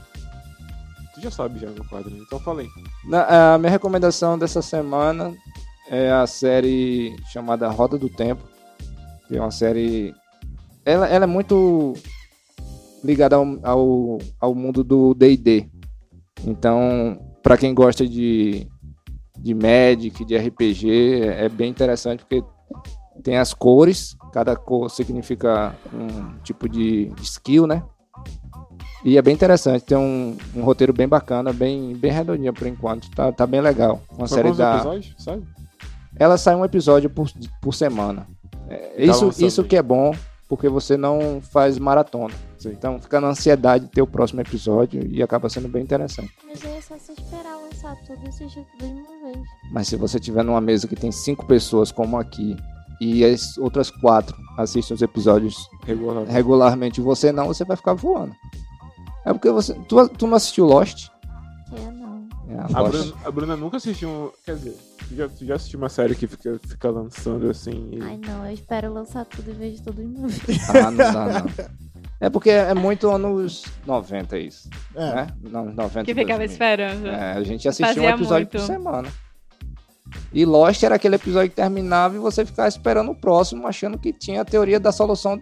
Tu já sabe já no quadro, né? Então falei.
A minha recomendação dessa semana é a série chamada Roda do Tempo, que é uma série... Ela é muito ligada ao mundo do D&D. Então, para quem gosta de Magic, de RPG, é bem interessante, porque tem as cores, cada cor significa um tipo de skill, né? E é bem interessante, tem um roteiro bem bacana, bem redondinho por enquanto, tá bem legal. Uma série
episódios, sabe?
Ela sai um episódio por semana. Isso que é bom, porque você não faz maratona.
Sim.
Então fica na ansiedade de ter o próximo episódio e acaba sendo bem interessante.
Mas aí é só você esperar lançar tudo e assistir tudo de uma vez.
Mas se você tiver numa mesa que tem 5 pessoas, como aqui, e as outras 4 assistem os episódios regularmente, e você não, você vai ficar voando. É porque tu não assistiu Lost?
Eu não.
A Bruna nunca assistiu quer dizer, tu já assistiu uma série que fica lançando assim
Ai não, eu espero lançar tudo e vejo tudo de uma vez.
Não dá não. É porque é muito anos 90 isso, né? Anos 90,
Que ficava
2000.
esperando.
A gente assistia
Fazia
um episódio
muito.
por semana. E Lost era aquele episódio que terminava e você ficava esperando o próximo, achando que tinha a teoria da solução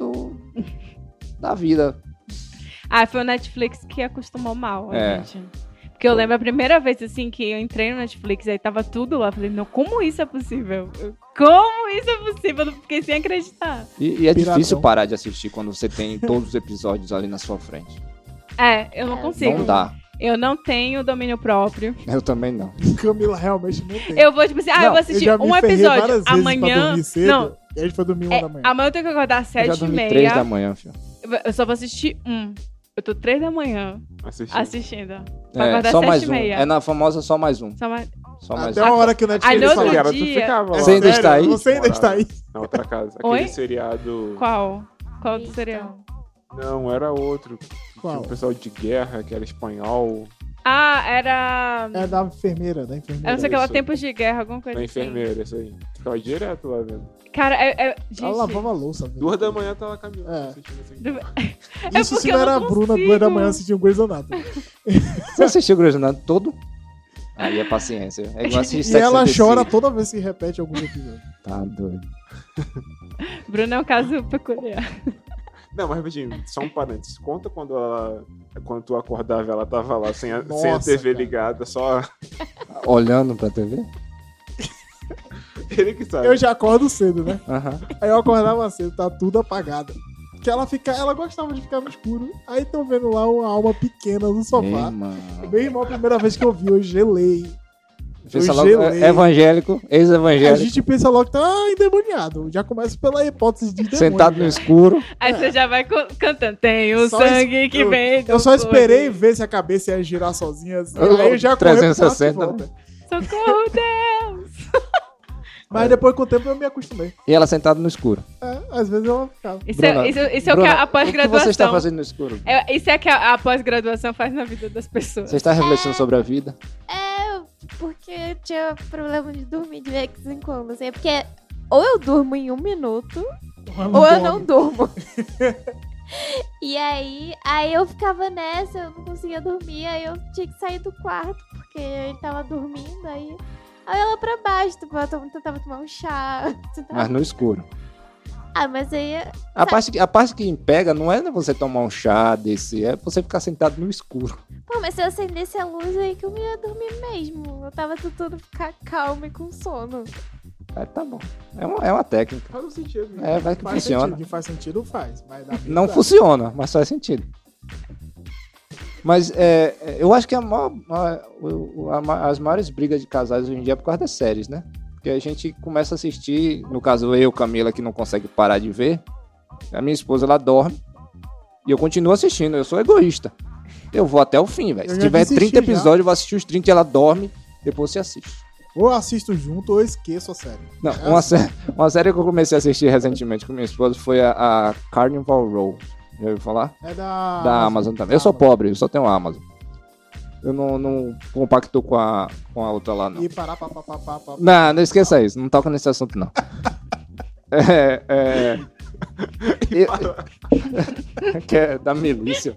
da vida.
Foi o Netflix que acostumou mal a
É.
gente. Porque eu lembro a primeira vez, assim, que eu entrei no Netflix, aí tava tudo lá. Eu falei, não, como isso é possível? Como isso é possível? Eu fiquei sem acreditar.
E é
Piratão.
difícil parar de assistir quando você tem todos os episódios ali na sua frente.
Eu não consigo.
Não dá.
Eu não tenho domínio próprio.
Eu também não.
Camila realmente não tem.
Eu vou, tipo assim, eu vou
Eu
assistir
já me
um
ferrei
episódio
várias vezes pra
amanhã.
dormir cedo,
Não,
e a gente foi dormir 1 da manhã.
amanhã eu tenho que acordar às
Eu já
7h30.
dormi 3 da manhã, filho.
Eu só vou assistir um. Eu tô 3 da manhã assistindo. Pra acordar
Só
às
mais um.
7h30.
É na famosa só mais um.
Só mais...
Só mais
Até
um.
uma hora que o
Aí
Netflix
no outro
falou.
Tu
dia-
ficava lá.
Você ainda está aí?
Você ainda está aí?
Na outra casa.
Oi?
Aquele seriado...
Qual? Qual do
Então,
serial?
Não, era outro.
Qual?
Tinha um pessoal de guerra, que era espanhol.
Era...
É da enfermeira,
Eu não sei o que lá,
isso.
Tempos de Guerra, alguma coisa
Da
assim.
enfermeira, isso aí. Ficava direto lá vendo.
Cara, gente...
Ela lavava a louça. viu?
2 da manhã tava caminhando.
É.
Assistindo assim.
Isso se
porque
não
eu
era a
não
Bruna,
consigo.
2 da manhã assistindo Grey's Anatomy.
Você assistiu o Grey's Anatomy todo? Aí é paciência. É igual assistir
E
Sex
ela
and the
chora
City.
toda vez que repete algum episódio.
Tá doido.
Bruno é um caso peculiar.
Não, mas rapidinho, só um parênteses. Conta quando tu acordava, ela tava lá sem a
Nossa,
TV
cara.
ligada, só
Olhando pra TV?
ele que sabe.
Eu já acordo cedo, né?
Aham.
Aí eu acordava cedo, tá tudo apagado. Porque ela gostava de ficar no escuro. Aí tô vendo lá uma alma pequena no
Ei,
sofá.
mano.
Meu irmão, a primeira vez que eu vi, eu gelei.
Pensa
Eu
logo,
gelei.
evangélico,
A
ex-evangélico,
gente pensa logo que tá endemoniado. Já começa pela hipótese de demônio.
sentado no
cara.
escuro.
Aí você já vai cantando. Tem o
Só
sangue que vem do
Eu só
corpo.
esperei ver se a cabeça ia girar sozinha. Assim,
Eu-
aí eu já corri pro quarto e
360,
volta.
Socorro, Deus!
Mas depois com o tempo eu me acostumei.
E ela sentada no escuro.
Às vezes eu ficava.
Isso
Bruna,
é o que
Bruna,
a
o que você está
pós-graduação...
fazendo no escuro?
Isso é que a pós-graduação faz na vida das pessoas.
Você está refletindo sobre a vida?
Porque eu tinha problema de dormir de vez em quando, assim. Porque ou eu durmo em 1 minuto, ou eu não durmo. E aí eu ficava nessa, eu não conseguia dormir, aí eu tinha que sair do quarto, porque ele tava dormindo, aí eu ia lá pra baixo, tipo, eu tentava tomar um chá.
Mas no escuro.
Mas aí
A parte que pega não é você tomar um chá, descer, é você ficar sentado no escuro.
Pô, mas se eu acendesse a luz aí que eu ia dormir mesmo. Eu tava tentando ficar calma e com sono.
Aí tá bom. É uma técnica.
Faz um sentido. Né?
É, vai que
Faz
funciona.
sentido, que faz sentido, faz. Mas na vida
Não
dá.
funciona, mas faz sentido. Mas eu acho que as maiores brigas de casais hoje em dia é por causa das séries, né? Porque a gente começa a assistir, no caso eu, Camila, que não consegue parar de ver, a minha esposa, ela dorme, e eu continuo assistindo, eu sou egoísta. Eu vou até o fim, velho.
Eu
Se
já
tiver
desisti
30
já.
episódios, eu vou assistir os 30 e ela dorme, depois você assiste.
Ou eu assisto junto ou eu esqueço a série.
Não, uma série que eu comecei a assistir recentemente com minha esposa foi a Carnival Row. Já ouviu falar?
É da...
Da Amazon também. Eu sou pobre, eu só tenho a Amazon. Eu não compacto com a outra lá, não.
E parar,
Não esqueça isso, não toca nesse assunto, não. Que é da milícia.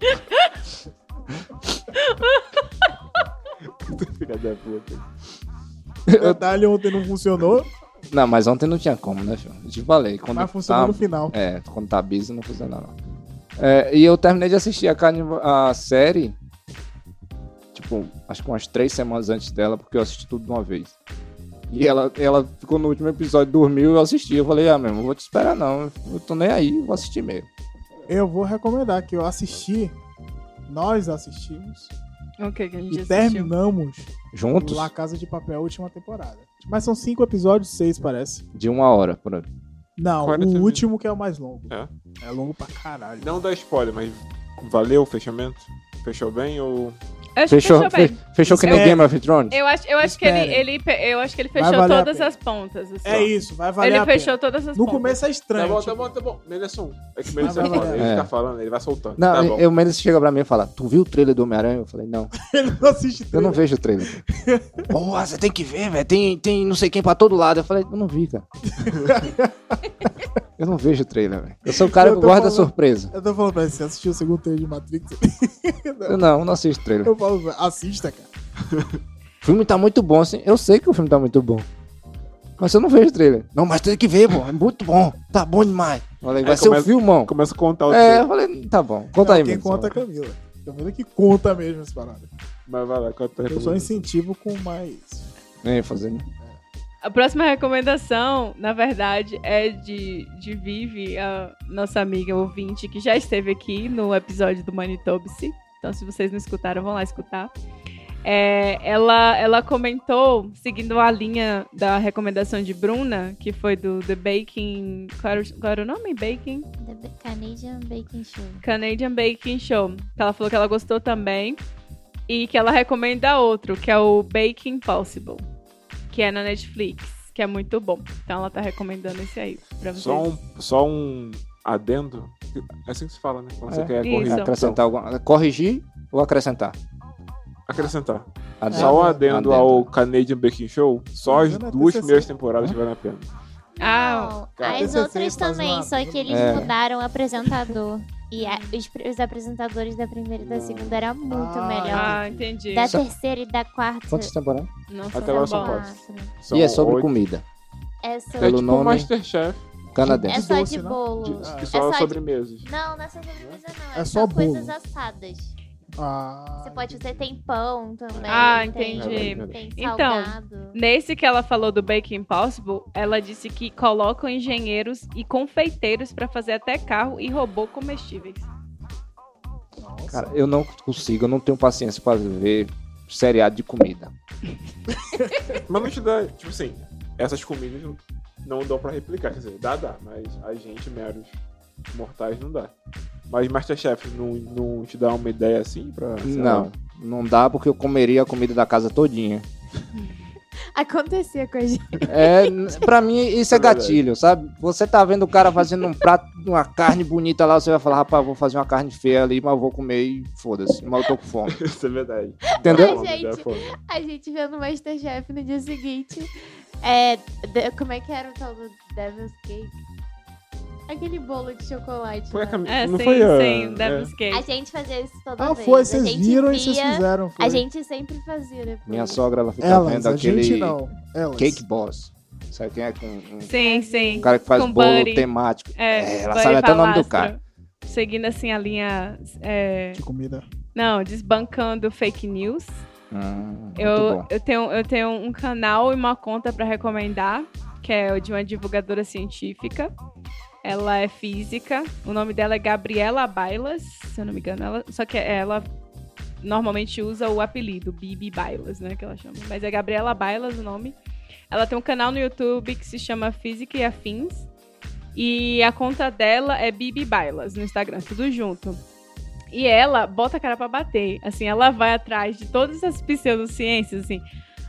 Filha da puta.
Detalhe, ontem não funcionou,
Não, mas ontem não tinha como, né, filho? Eu te falei. Quando
mas funcionou
tá,
no final.
quando tá busy não funciona não. E eu terminei de assistir a série, tipo, acho que umas 3 semanas antes dela, porque eu assisti tudo de uma vez. E ela ficou no último episódio, dormiu e eu assisti. Eu falei, meu irmão, vou te esperar não. Eu tô nem aí, vou assistir mesmo.
Eu vou recomendar que nós assistimos
O que a gente
e
assistiu?
terminamos
Juntos,
La Casa de Papel, a última temporada. Mas são 5 episódios, 6 parece.
de 1 hora, por aí.
Não,
40
o
minutos.
último que é o mais longo.
É?
É longo pra caralho.
Não dá spoiler, mas valeu o fechamento? Fechou bem ou...
Eu acho que fechou bem.
Fechou que nem
Espere.
Game of Thrones?
Eu acho que
Espere.
ele fechou
valer a
todas
pena.
as pontas. Assim.
É isso, vai valer
Ele
a pena.
fechou todas as
No
pontas.
começo é estranho.
Tá
tipo,
bom. Mereço um. É que o Mereço
Vai
é foda.
valer.
Ele
É.
fica falando, ele vai soltando.
Não,
Tá bom.
o Mendes chega pra mim e fala, tu viu o trailer do Homem-Aranha? Eu falei, não,
ele não assiste
eu
tudo.
não vejo o trailer. Porra, você tem que ver, velho, tem não sei quem pra todo lado. Eu falei, eu não vi, cara. Eu não vejo o trailer, velho. Eu sou o cara
Eu
que
tô
gosta da
falando-
surpresa.
Eu tô falando pra você assistiu o segundo trailer de Matrix?
Eu não assisto trailer.
Eu falo, assista, cara.
O filme tá muito bom, assim. Eu sei que o filme tá muito bom. Mas eu não vejo o trailer. Não, mas tem que ver, pô. É muito bom. Tá bom demais. Eu falei, vai
Aí
ser um
começa-
filmão.
Começa a contar o
Eu
trailer.
falei, tá bom. Conta
Não,
aí,
quem
Mendes.
conta é a Camila. Camila que conta mesmo essa parada.
Mas vai lá, conta a
Eu só
recomendação.
incentivo com mais...
Nem fazendo.
A próxima recomendação, na verdade, é de Vivi, a nossa amiga ouvinte, que já esteve aqui no episódio do Manitobice. Então, se vocês não escutaram, vão lá escutar. Ela comentou, seguindo a linha da recomendação de Bruna, que foi do The Baking... Qual era o nome? Baking?
The Canadian Baking Show.
Canadian Baking Show. Que ela falou que ela gostou também. E que ela recomenda outro, que é o Baking Possible. Que é na Netflix, que é muito bom. Então ela tá recomendando esse aí pra vocês.
Só um adendo. É assim que se fala, né? Quando você
É.
quer
Isso.
corrigir.
Acrescentar alguma... Corrigir ou acrescentar?
Acrescentar.
Adendo.
Só um adendo
Adendo.
ao Canadian Baking Show. Só as
Adendo é
2
TCC.
primeiras temporadas valem a pena.
Ah,
Não,
cara,
as
TCC
outras
faz
também,
uma-
só que eles
É.
mudaram o apresentador. E os apresentadores da primeira e da segunda eram muito melhor.
entendi.
Da terceira e da quarta.
Quantas temporadas?
Não
Até
são
agora são
bons.
4.
E é sobre
oito-
comida.
É só,
É
Pelo
tipo
nome-
Masterchef,
é
Canadense.
só
doce,
de
né?
bolo.
que
É
só
só de-
sobremesas.
Não é só sobremesa, não.
É
É,
só
só
bolo.
coisas assadas.
Ah,
Você tem pão também.
Ah,
tem-
entendi.
Tem
Então,
salgado.
Nesse que ela falou do Baking Possible, ela disse que colocam engenheiros e confeiteiros pra fazer até carro e robô comestíveis.
nossa.
Cara, eu não consigo, eu não tenho paciência pra ver seriado de comida.
Mas não te dá, tipo assim, essas comidas não dão pra replicar. Quer dizer, dá, mas a gente, meros mortais, não dá. Mas Masterchef não te dá uma ideia assim pra... sei lá?
Não dá porque eu comeria a comida da casa todinha.
Acontecia com a gente.
Pra mim isso é
É verdade.
gatilho, sabe? Você tá vendo o cara fazendo um prato, uma carne bonita lá, você vai falar, rapaz, vou fazer uma carne feia ali, mas eu vou comer e foda-se, mas eu tô com fome.
Isso é verdade.
Entendeu?
Ai, gente.
Dá fome.
A gente vendo Masterchef no dia seguinte. Como é que era o tal do Devil's Cake? Aquele bolo de chocolate.
Foi a
lá.
Camila.
É,
Não
sim,
foi a...
sim, Devil's
A
Cake.
gente fazia isso toda
Ah,
vez.
foi,
A
vocês
gente
viram e vocês
via,
fizeram. Foi.
A gente sempre fazia depois.
Minha sogra, ela fica
Elas,
vendo
a
aquele
gente não. Elas.
Cake Boss. Sabe quem é? Um
Sim, sim.
cara que faz
Com
bolo
Buddy.
temático.
Buddy
Ela sabe até o nome do
Palastra.
cara.
Seguindo assim a linha.
De comida.
Não, desbancando fake news.
Muito
Eu
bom.
tenho um canal e uma conta pra recomendar, que é de uma divulgadora científica. Ela é física. O nome dela é Gabriela Bailas, se eu não me engano. Só que ela normalmente usa o apelido Bibi Bailas, né, que ela chama. Mas é Gabriela Bailas o nome. Ela tem um canal no YouTube que se chama Física e Afins. E a conta dela é Bibi Bailas no Instagram, tudo junto. E ela bota a cara pra bater. Assim, ela vai atrás de todas as pseudociências, assim.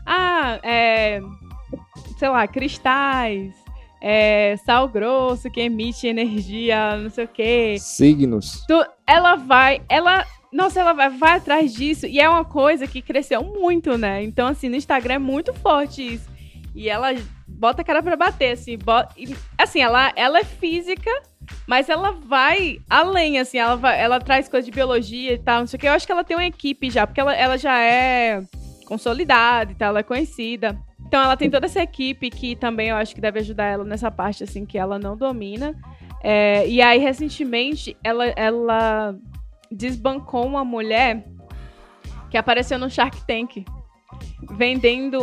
Sei lá, cristais, sal grosso que emite energia, não sei o quê.
Signos.
Ela vai atrás disso. E é uma coisa que cresceu muito, né? Então, assim, no Instagram é muito forte isso. E ela bota a cara pra bater, assim. Assim, ela é física, mas ela vai além, assim. Ela traz coisa de biologia e tal, não sei o que. Eu acho que ela tem uma equipe já, porque ela já é consolidada e tal, ela é conhecida. Então, ela tem toda essa equipe que também eu acho que deve ajudar ela nessa parte, assim, que ela não domina. E aí, recentemente, ela desbancou uma mulher que apareceu no Shark Tank vendendo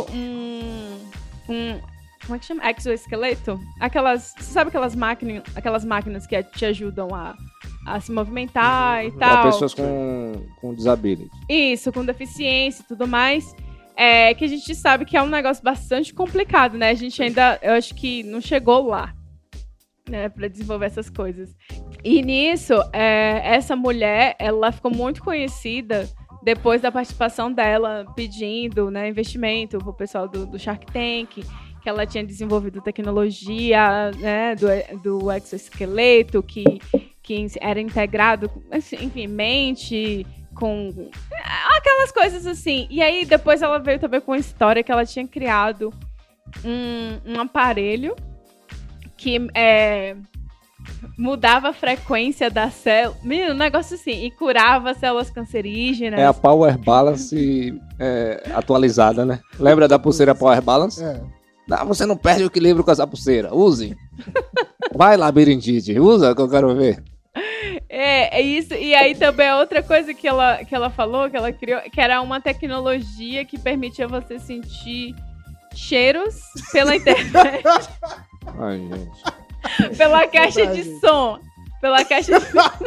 como é que chama? Exoesqueleto? Você sabe aquelas máquinas que te ajudam a se movimentar e tal?
Para pessoas com disability.
Isso, com deficiência e tudo mais. Que a gente sabe que é um negócio bastante complicado, né? A gente ainda, eu acho que não chegou lá, né, pra desenvolver essas coisas. E nisso, essa mulher, ela ficou muito conhecida depois da participação dela pedindo, né, investimento pro pessoal do Shark Tank, que ela tinha desenvolvido tecnologia, né, do exoesqueleto, que era integrado, enfim, mente, com aquelas coisas assim. E aí, depois ela veio também com uma história que ela tinha criado um aparelho que mudava a frequência da célula. Menino, um negócio assim. E curava células cancerígenas.
É a Power Balance atualizada, né? Lembra da pulseira Power Balance? Você não perde o equilíbrio com essa pulseira. Use. Vai, labirintite. Usa que eu quero ver.
É isso. E aí também outra coisa que ela falou, que ela criou, que era uma tecnologia que permitia você sentir cheiros pela internet.
Ai, gente.
Pela caixa de som. Pela caixa de som.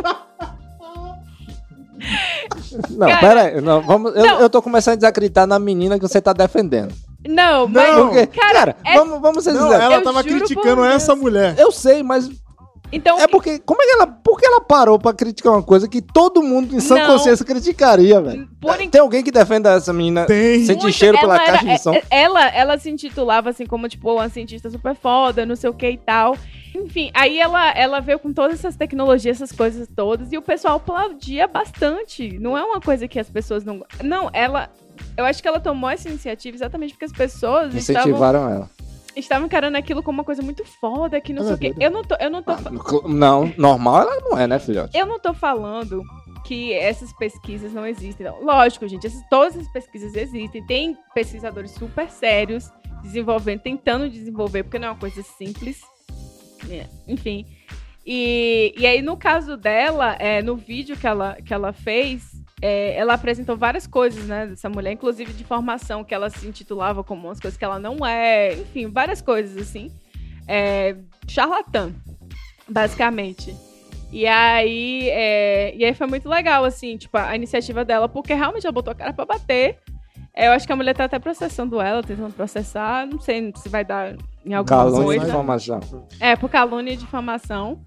Não,
Cara,
pera aí. Não, eu tô começando a desacreditar na menina que você tá defendendo.
Não, mas...
Porque, cara, vamos ser
Não,
sinceros.
ela
Eu
tava
juro
criticando
por
essa
Deus.
mulher.
Eu sei, mas
Então,
porque... Por que ela parou pra criticar uma coisa que todo mundo em sã
Não.
consciência criticaria, velho? Tem alguém que defenda essa menina
Tem.
sentir
muito-
cheiro pela
ela
caixa
era-
de som?
Ela se intitulava assim como, tipo, uma cientista super foda, não sei o que e tal. Enfim, aí ela veio com todas essas tecnologias, essas coisas todas, e o pessoal aplaudia bastante. Não é uma coisa que as pessoas não... Não, eu acho que ela tomou essa iniciativa exatamente porque as pessoas
Incentivaram ela.
estavam encarando aquilo como uma coisa muito foda, que não sei o quê.
doida.
Eu não tô
Não, normal ela não é, né, filhote?
Eu não tô falando que essas pesquisas não existem. Não. Lógico, gente, todas essas pesquisas existem. Tem pesquisadores super sérios tentando desenvolver, porque não é uma coisa simples. Enfim. E aí, no caso dela, no vídeo que ela fez, ela apresentou várias coisas, né, dessa mulher, inclusive de formação, que ela se intitulava como umas coisas que ela não é. Enfim, várias coisas, assim. Charlatã, basicamente. E aí foi muito legal, assim, tipo, a iniciativa dela, porque realmente ela botou a cara pra bater. Eu acho que a mulher tá até processando ela, tentando processar. Não sei se vai dar em alguma
Calúnia
coisa.
de informação.
Por calúnia e difamação.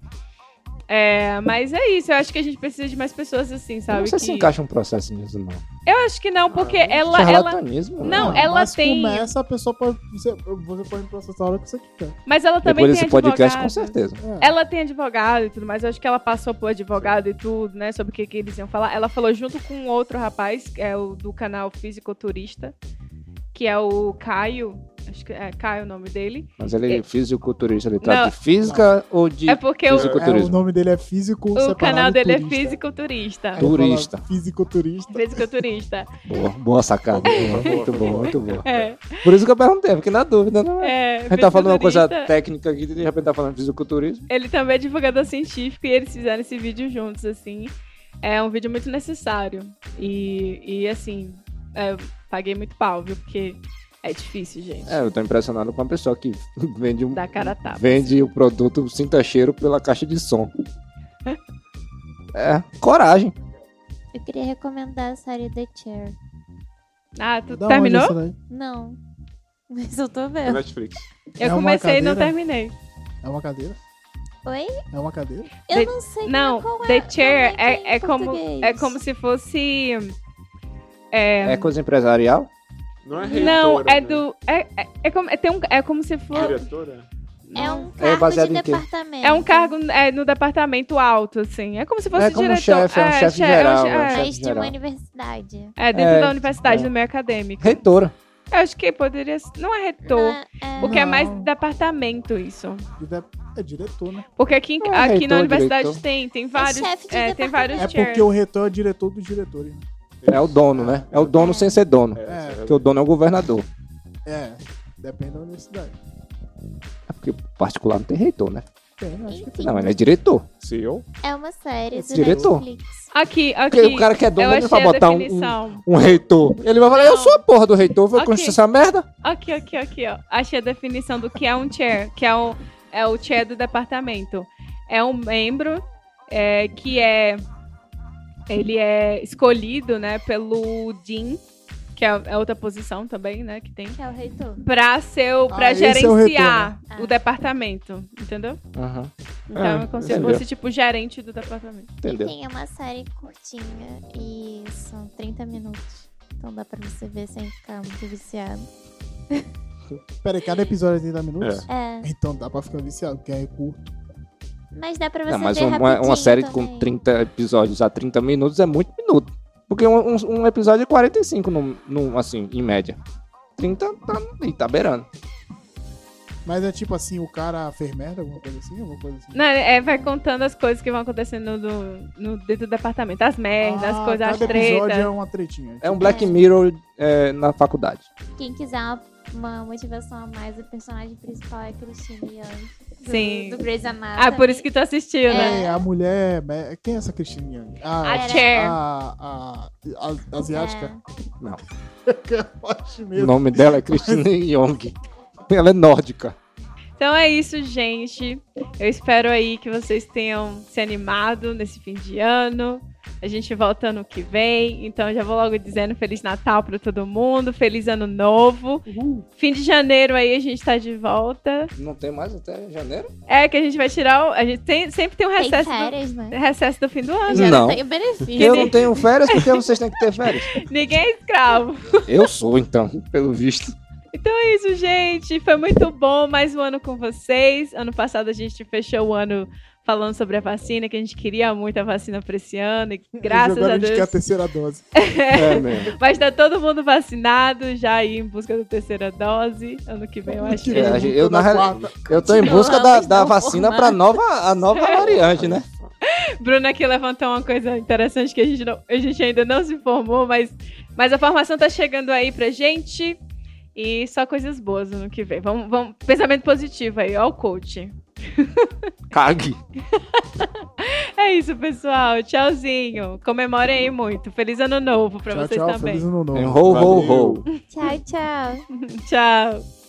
Mas é isso, eu acho que a gente precisa de mais pessoas assim, sabe?
Não sei se encaixa um processo nisso, não.
Eu acho que não, porque ela...
Charlatanismo?
Não,
né?
ela
Mas
tem...
começa, a pessoa pode... Você pode processar a hora que você quiser.
Mas ela também
Depois
tem
desse podcast,
advogado.
com certeza.
Ela tem advogado e tudo mais. Eu acho que ela passou por advogado e tudo, né? Sobre o que eles iam falar. Ela falou junto com um outro rapaz, que é o do canal Fisiculturista, que é o Caio. Acho que é Caio o nome dele.
Mas ele é fisiculturista, ele trata
Não.
de física ou de
É porque
o
fisiculturismo?
nome dele é Físico
o
Separado
canal dele é
Turista.
Fisiculturista.
Aí eu
Turista.
falo Fisiculturista.
Fisiculturista.
Boa sacada. Muito
boa.
bom, muito bom.
É.
Por isso que eu perguntei, porque na dúvida, não é? A gente tá falando uma coisa
fisiculturista.
técnica aqui, de repente tá falando de fisiculturismo.
Ele também é divulgador científico e eles fizeram esse vídeo juntos, assim. É um vídeo muito necessário. E assim, paguei muito pau, viu? Porque é difícil, gente.
Eu tô impressionado com uma pessoa que vende
Dá cara a tapa.
vende o produto Sinta Cheiro pela caixa de som. Coragem.
Eu queria recomendar a série The Chair.
Ah, tu
Da onde
terminou?
essa daí?
Não. Mas eu tô
É
vendo.
Netflix.
Eu
É uma
comecei e não
cadeira?
terminei.
É uma cadeira?
Oi?
É uma cadeira?
Eu
The-
não sei
Não,
qual
The Chair
como é que
é
em
como
português.
se fosse...
É coisa empresarial?
Não é reitora,
Não,
né?
é do... É como se fosse...
Diretora?
É
Não.
um cargo
baseado
de
em quê?
departamento.
É um cargo no departamento alto, assim. É como se fosse
É como
diretor.
chefe, é um chefe geral,
é
é um chefe
Mas de
geral.
uma universidade.
dentro
É,
da universidade,
é.
no meio acadêmico.
Reitora.
Eu acho que poderia... Não é reitor, porque é mais
Não.
departamento isso.
É diretor, né?
Porque aqui na
reitor,
universidade
diretor.
tem vários...
chefe de
tem vários
É
chairs.
porque o reitor é diretor dos diretores.
É o dono, né? É o dono sem ser dono. Porque o dono é o governador.
Depende da universidade.
É porque particular não tem reitor, né?
Tem, acho que
Enfim,
Não, ele é diretor.
Seu?
é uma série do
Diretor.
Netflix.
Aqui.
Porque o cara que é dono
eu
não
achei
vai
a
botar
definição.
um reitor. Ele vai falar, eu sou a porra do reitor, vou
Ok.
construir essa merda.
Aqui, ó. Achei a definição do que é um chair, que é o chair do departamento. É um membro que ele é escolhido, né, pelo dean, que é outra posição também, né, que tem,
Que é o reitor.
pra
esse é o
gerenciar
reitor, né?
o departamento, entendeu?
Aham.
Então é como se
entendeu.
fosse tipo gerente do departamento.
Entendeu?
Enfim, é uma série curtinha e são 30 minutos. Então dá pra você ver sem ficar muito viciado.
Peraí, cada episódio é 30 minutos?
É,
Então dá pra ficar viciado, porque é curto.
mas dá pra você
Não, mas
ver
uma
rapidinho
série
também.
com 30 episódios a 30 minutos é muito minuto. Porque um episódio é 45, assim, em média. 30 tá ali, tá beirando.
Mas é tipo assim, o cara fez merda, alguma coisa assim?
Não, vai contando as coisas que vão acontecendo dentro do departamento. As merdas, as coisas, as
cada episódio
tretas.
é uma tretinha.
É um Black Mirror na faculdade.
Quem quiser uma motivação a mais, o personagem principal é Christine Young.
Sim.
Do Grey's Anatomy.
Ah, por isso que tu assistiu, né?
É, a mulher... Quem é essa Cristina Young?
A Cher.
A asiática?
Não.
Eu acho
O
mesmo.
nome dela é Christine Young. Ela é nórdica.
Então é isso, gente. Eu espero aí que vocês tenham se animado nesse fim de ano. A gente volta ano que vem. Então já vou logo dizendo Feliz Natal pra todo mundo. Feliz Ano Novo. Fim de janeiro aí a gente tá de volta.
Não tem mais até janeiro?
É que a gente vai tirar a gente sempre tem um
Tem
recesso,
férias, né?
recesso do fim do ano.
Já
Não.
tem o benefício.
Eu não tenho férias, porque vocês têm que ter férias.
Ninguém é escravo.
Eu sou, então, pelo visto.
Então é isso, gente. Foi muito bom mais um ano com vocês. Ano passado a gente fechou o ano falando sobre a vacina, que a gente queria muito a vacina pra esse ano. E graças
Agora
a
a gente
Deus.
quer a terceira dose.
É mesmo.
Mas tá todo mundo vacinado, já aí em busca da terceira dose. Ano que vem eu acho que...
É, eu,
na
na
quarta.
Eu tô em busca
Continuamos
da
não
vacina pra a nova variante, né?
Bruna aqui levantou uma coisa interessante que a gente ainda não se informou, mas a formação tá chegando aí pra gente. E só coisas boas no que vem. Vamos, pensamento positivo aí, ó o coach.
Cague.
É isso, pessoal. Tchauzinho. Comemorem aí muito. Feliz Ano Novo pra
Tchau,
vocês
tchau.
também.
Feliz ano novo.
Ho, ho, ho.
Valeu.
Tchau, tchau.
Tchau.